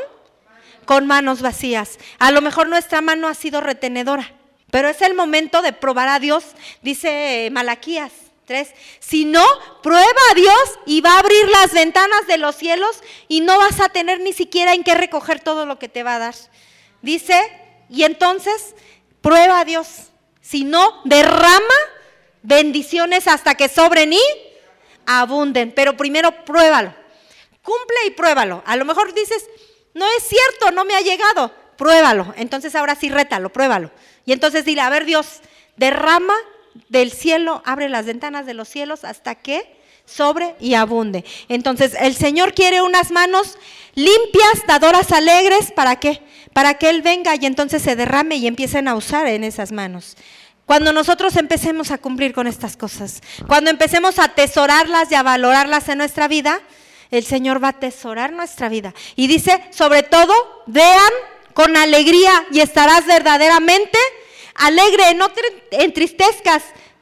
B: con manos vacías. A lo mejor nuestra mano ha sido retenedora, pero es el momento de probar a Dios. Dice Malaquías 3, si no, prueba a Dios y va a abrir las ventanas de los cielos y no vas a tener ni siquiera en qué recoger todo lo que te va a dar. Dice, y entonces prueba a Dios, si no, derrama bendiciones hasta que sobren y abunden, pero primero pruébalo, cumple y pruébalo. A lo mejor dices, no es cierto, no me ha llegado, pruébalo. Entonces ahora sí rétalo, pruébalo. Y entonces dile, a ver Dios, derrama del cielo, abre las ventanas de los cielos hasta que sobre y abunde. Entonces el Señor quiere unas manos limpias, dadoras alegres. ¿Para qué? Para que Él venga y entonces se derrame y empiecen a usar en esas manos. Cuando nosotros empecemos a cumplir con estas cosas, cuando empecemos a atesorarlas y a valorarlas en nuestra vida, el Señor va a atesorar nuestra vida. Y dice, sobre todo, vean con alegría y estarás verdaderamente alegre, no te entristezcas.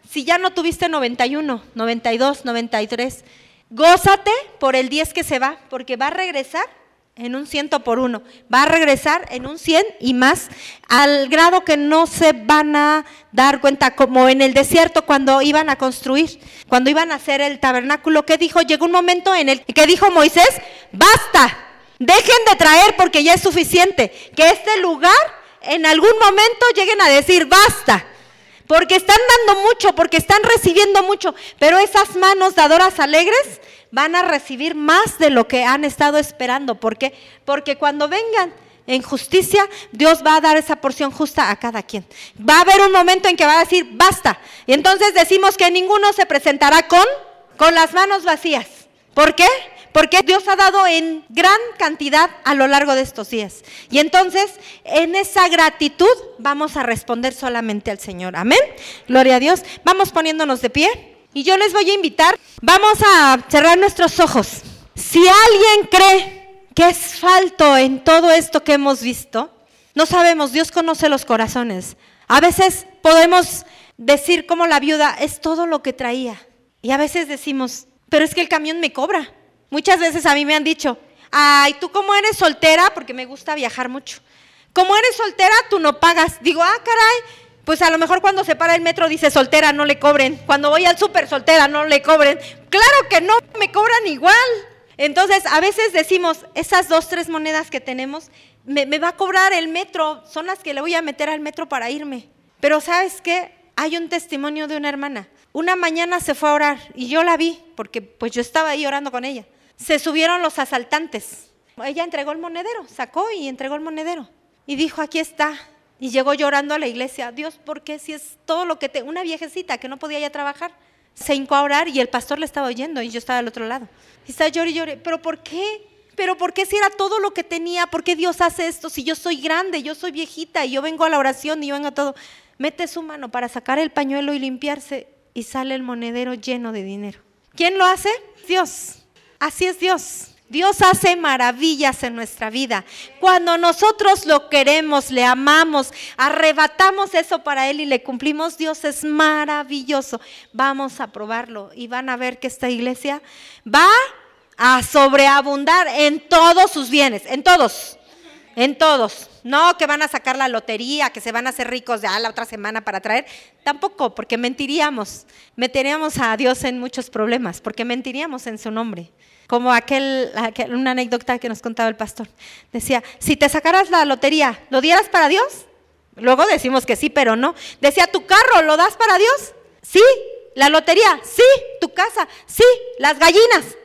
B: Si ya no tuviste 91, 92, 93, gózate por el 10 que se va, porque va a regresar en un 100 por 1, va a regresar en un 100 y más, al grado que no se van a dar cuenta, como en el desierto cuando iban a construir, cuando iban a hacer el tabernáculo. ¿Qué dijo? Llegó un momento en el que dijo Moisés: basta, dejen de traer porque ya es suficiente, que este lugar en algún momento lleguen a decir basta, porque están dando mucho, porque están recibiendo mucho, pero esas manos dadoras alegres van a recibir más de lo que han estado esperando. ¿Por qué? Porque cuando vengan en justicia, Dios va a dar esa porción justa a cada quien. Va a haber un momento en que va a decir basta, y entonces decimos que ninguno se presentará con las manos vacías. ¿Por qué? Porque Dios ha dado en gran cantidad a lo largo de estos días. Y entonces, en esa gratitud vamos a responder solamente al Señor. Amén. Gloria a Dios. Vamos poniéndonos de pie. Y yo les voy a invitar, vamos a cerrar nuestros ojos. Si alguien cree que es falto en todo esto que hemos visto, no sabemos, Dios conoce los corazones. A veces podemos decir como la viuda, es todo lo que traía. Y a veces decimos, pero es que el camión me cobra. Muchas veces a mí me han dicho, ay, tú como eres soltera, porque me gusta viajar mucho, como eres soltera tú no pagas. Digo, caray, pues a lo mejor cuando se para el metro dice soltera, no le cobren. Cuando voy al súper, soltera, no le cobren. Claro que no, me cobran igual. Entonces a veces decimos, esas 2, 3 monedas que tenemos, me va a cobrar el metro, son las que le voy a meter al metro para irme. Pero ¿sabes qué? Hay un testimonio de una hermana. Una mañana se fue a orar y yo la vi, porque pues yo estaba ahí orando con ella. Se subieron los asaltantes. Ella entregó el monedero, sacó y entregó el monedero. Y dijo, aquí está. Y llegó llorando a la iglesia. Dios, ¿por qué si es todo lo que te...? Una viejecita que no podía ya trabajar, se hincó a orar y el pastor le estaba oyendo y yo estaba al otro lado. Y estaba llorando y llorando. ¿Pero por qué? ¿Pero por qué si era todo lo que tenía? ¿Por qué Dios hace esto? Si yo soy grande, yo soy viejita y yo vengo a la oración y yo vengo a todo. Mete su mano para sacar el pañuelo y limpiarse y sale el monedero lleno de dinero. ¿Quién lo hace? Dios. Así es Dios. Dios hace maravillas en nuestra vida. Cuando nosotros lo queremos, le amamos, arrebatamos eso para Él y le cumplimos, Dios es maravilloso. Vamos a probarlo y van a ver que esta iglesia va a sobreabundar en todos sus bienes, en todos. No que van a sacar la lotería, que se van a hacer ricos de la otra semana para traer. Tampoco, porque mentiríamos. Meteríamos a Dios en muchos problemas, porque mentiríamos en su nombre. Como una anécdota que nos contaba el pastor. Decía, si te sacaras la lotería, ¿lo dieras para Dios? Luego decimos que sí, pero no. Decía, ¿tu carro lo das para Dios? Sí. ¿La lotería? Sí. ¿Tu casa? Sí. ¿Las gallinas?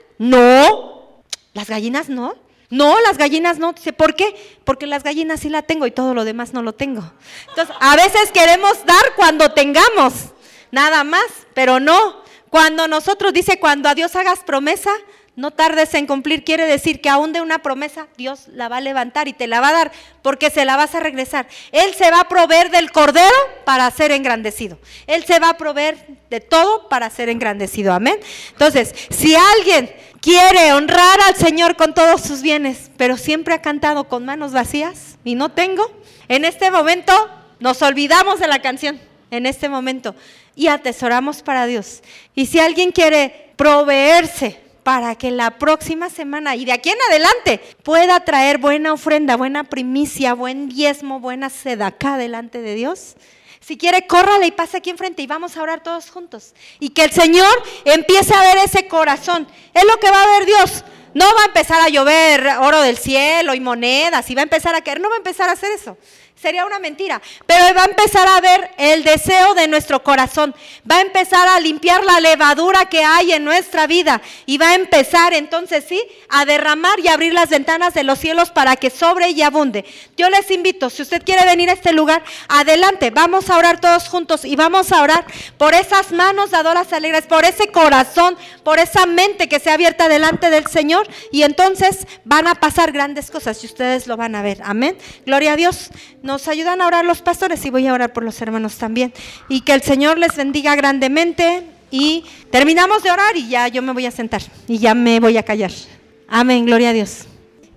B: No. ¿Las gallinas no? No, las gallinas no. Dice, ¿por qué? Porque las gallinas sí la tengo y todo lo demás no lo tengo. Entonces, a veces queremos dar cuando tengamos, nada más, pero no. Cuando nosotros, dice, cuando a Dios hagas promesa, no tardes en cumplir. Quiere decir que aún de una promesa Dios la va a levantar y te la va a dar, porque se la vas a regresar. Él se va a proveer del cordero para ser engrandecido. Él se va a proveer de todo para ser engrandecido. Amén. Entonces, si alguien quiere honrar al Señor con todos sus bienes, pero siempre ha cantado con manos vacías y no tengo, en este momento nos olvidamos de la canción, en este momento, y atesoramos para Dios. Y si alguien quiere proveerse para que la próxima semana y de aquí en adelante pueda traer buena ofrenda, buena primicia, buen diezmo, buena sedacá delante de Dios, si quiere, córrale y pase aquí enfrente y vamos a orar todos juntos. Y que el Señor empiece a ver ese corazón. Es lo que va a ver Dios. No va a empezar a llover oro del cielo y monedas y va a empezar a caer. No va a empezar a hacer eso. Sería una mentira, pero va a empezar a ver el deseo de nuestro corazón, va a empezar a limpiar la levadura que hay en nuestra vida y va a empezar entonces sí a derramar y abrir las ventanas de los cielos para que sobre y abunde. Yo les invito, si usted quiere venir a este lugar, adelante, vamos a orar todos juntos y vamos a orar por esas manos dadoras alegres, por ese corazón, por esa mente que sea abierta delante del Señor y entonces van a pasar grandes cosas y ustedes lo van a ver. Amén. Gloria a Dios. Nos ayudan a orar los pastores y voy a orar por los hermanos también. Y que el Señor les bendiga grandemente y terminamos de orar y ya yo me voy a sentar y ya me voy a callar. Amén, gloria a Dios.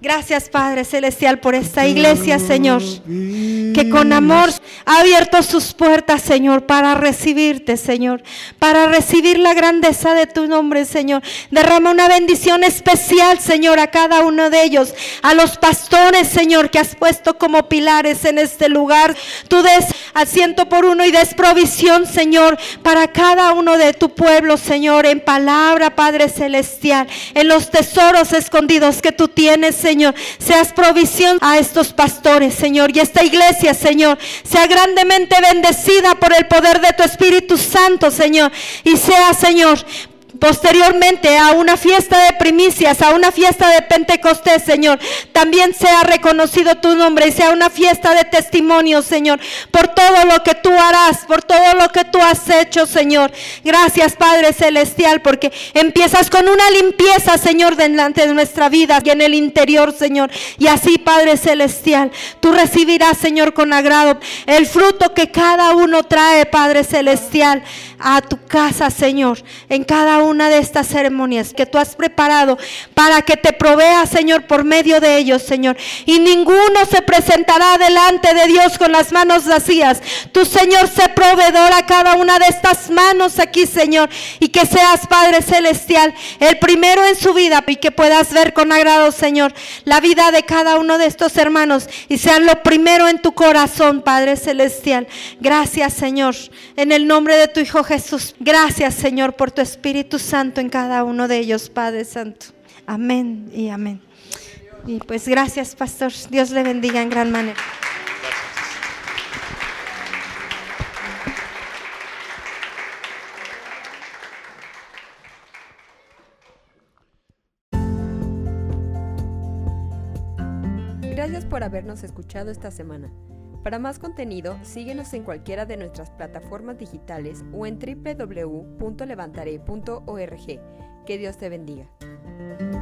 B: Gracias, Padre Celestial, por esta iglesia, Señor, que con amor ha abierto sus puertas, Señor, para recibirte, Señor, para recibir la grandeza de tu nombre, Señor. Derrama una bendición especial, Señor, a cada uno de ellos, a los pastores, Señor, que has puesto como pilares en este lugar. Tú des al 100 por 1 y des provisión, Señor, para cada uno de tu pueblo, Señor, en palabra, Padre Celestial, en los tesoros escondidos que tú tienes, Señor. Seas provisión a estos pastores, Señor, y esta iglesia, Señor, sea grandemente bendecida por el poder de tu Espíritu Santo, Señor, y sea, Señor, posteriormente a una fiesta de primicias, a una fiesta de Pentecostés, Señor, también sea reconocido tu nombre y sea una fiesta de testimonio, Señor, por todo lo que tú harás, por todo lo que tú has hecho, Señor. Gracias, Padre Celestial, porque empiezas con una limpieza, Señor, delante de nuestra vida y en el interior, Señor, y así, Padre Celestial, tú recibirás, Señor, con agrado el fruto que cada uno trae, Padre Celestial, a tu casa, Señor, en cada una de estas ceremonias que tú has preparado para que te provea, Señor, por medio de ellos, Señor, y ninguno se presentará delante de Dios con las manos vacías. Tú, Señor, sé proveedor a cada una de estas manos aquí, Señor, y que seas, Padre Celestial, el primero en su vida y que puedas ver con agrado, Señor, la vida de cada uno de estos hermanos y sean lo primero en tu corazón, Padre Celestial. Gracias, Señor, en el nombre de tu Hijo Jesús. Gracias, Señor, por tu Espíritu Santo en cada uno de ellos, Padre Santo. Amén y amén. Y pues gracias, pastor. Dios le bendiga en gran manera.
A: Gracias por habernos escuchado esta semana. Para más contenido, síguenos en cualquiera de nuestras plataformas digitales o en www.levantare.org. Que Dios te bendiga.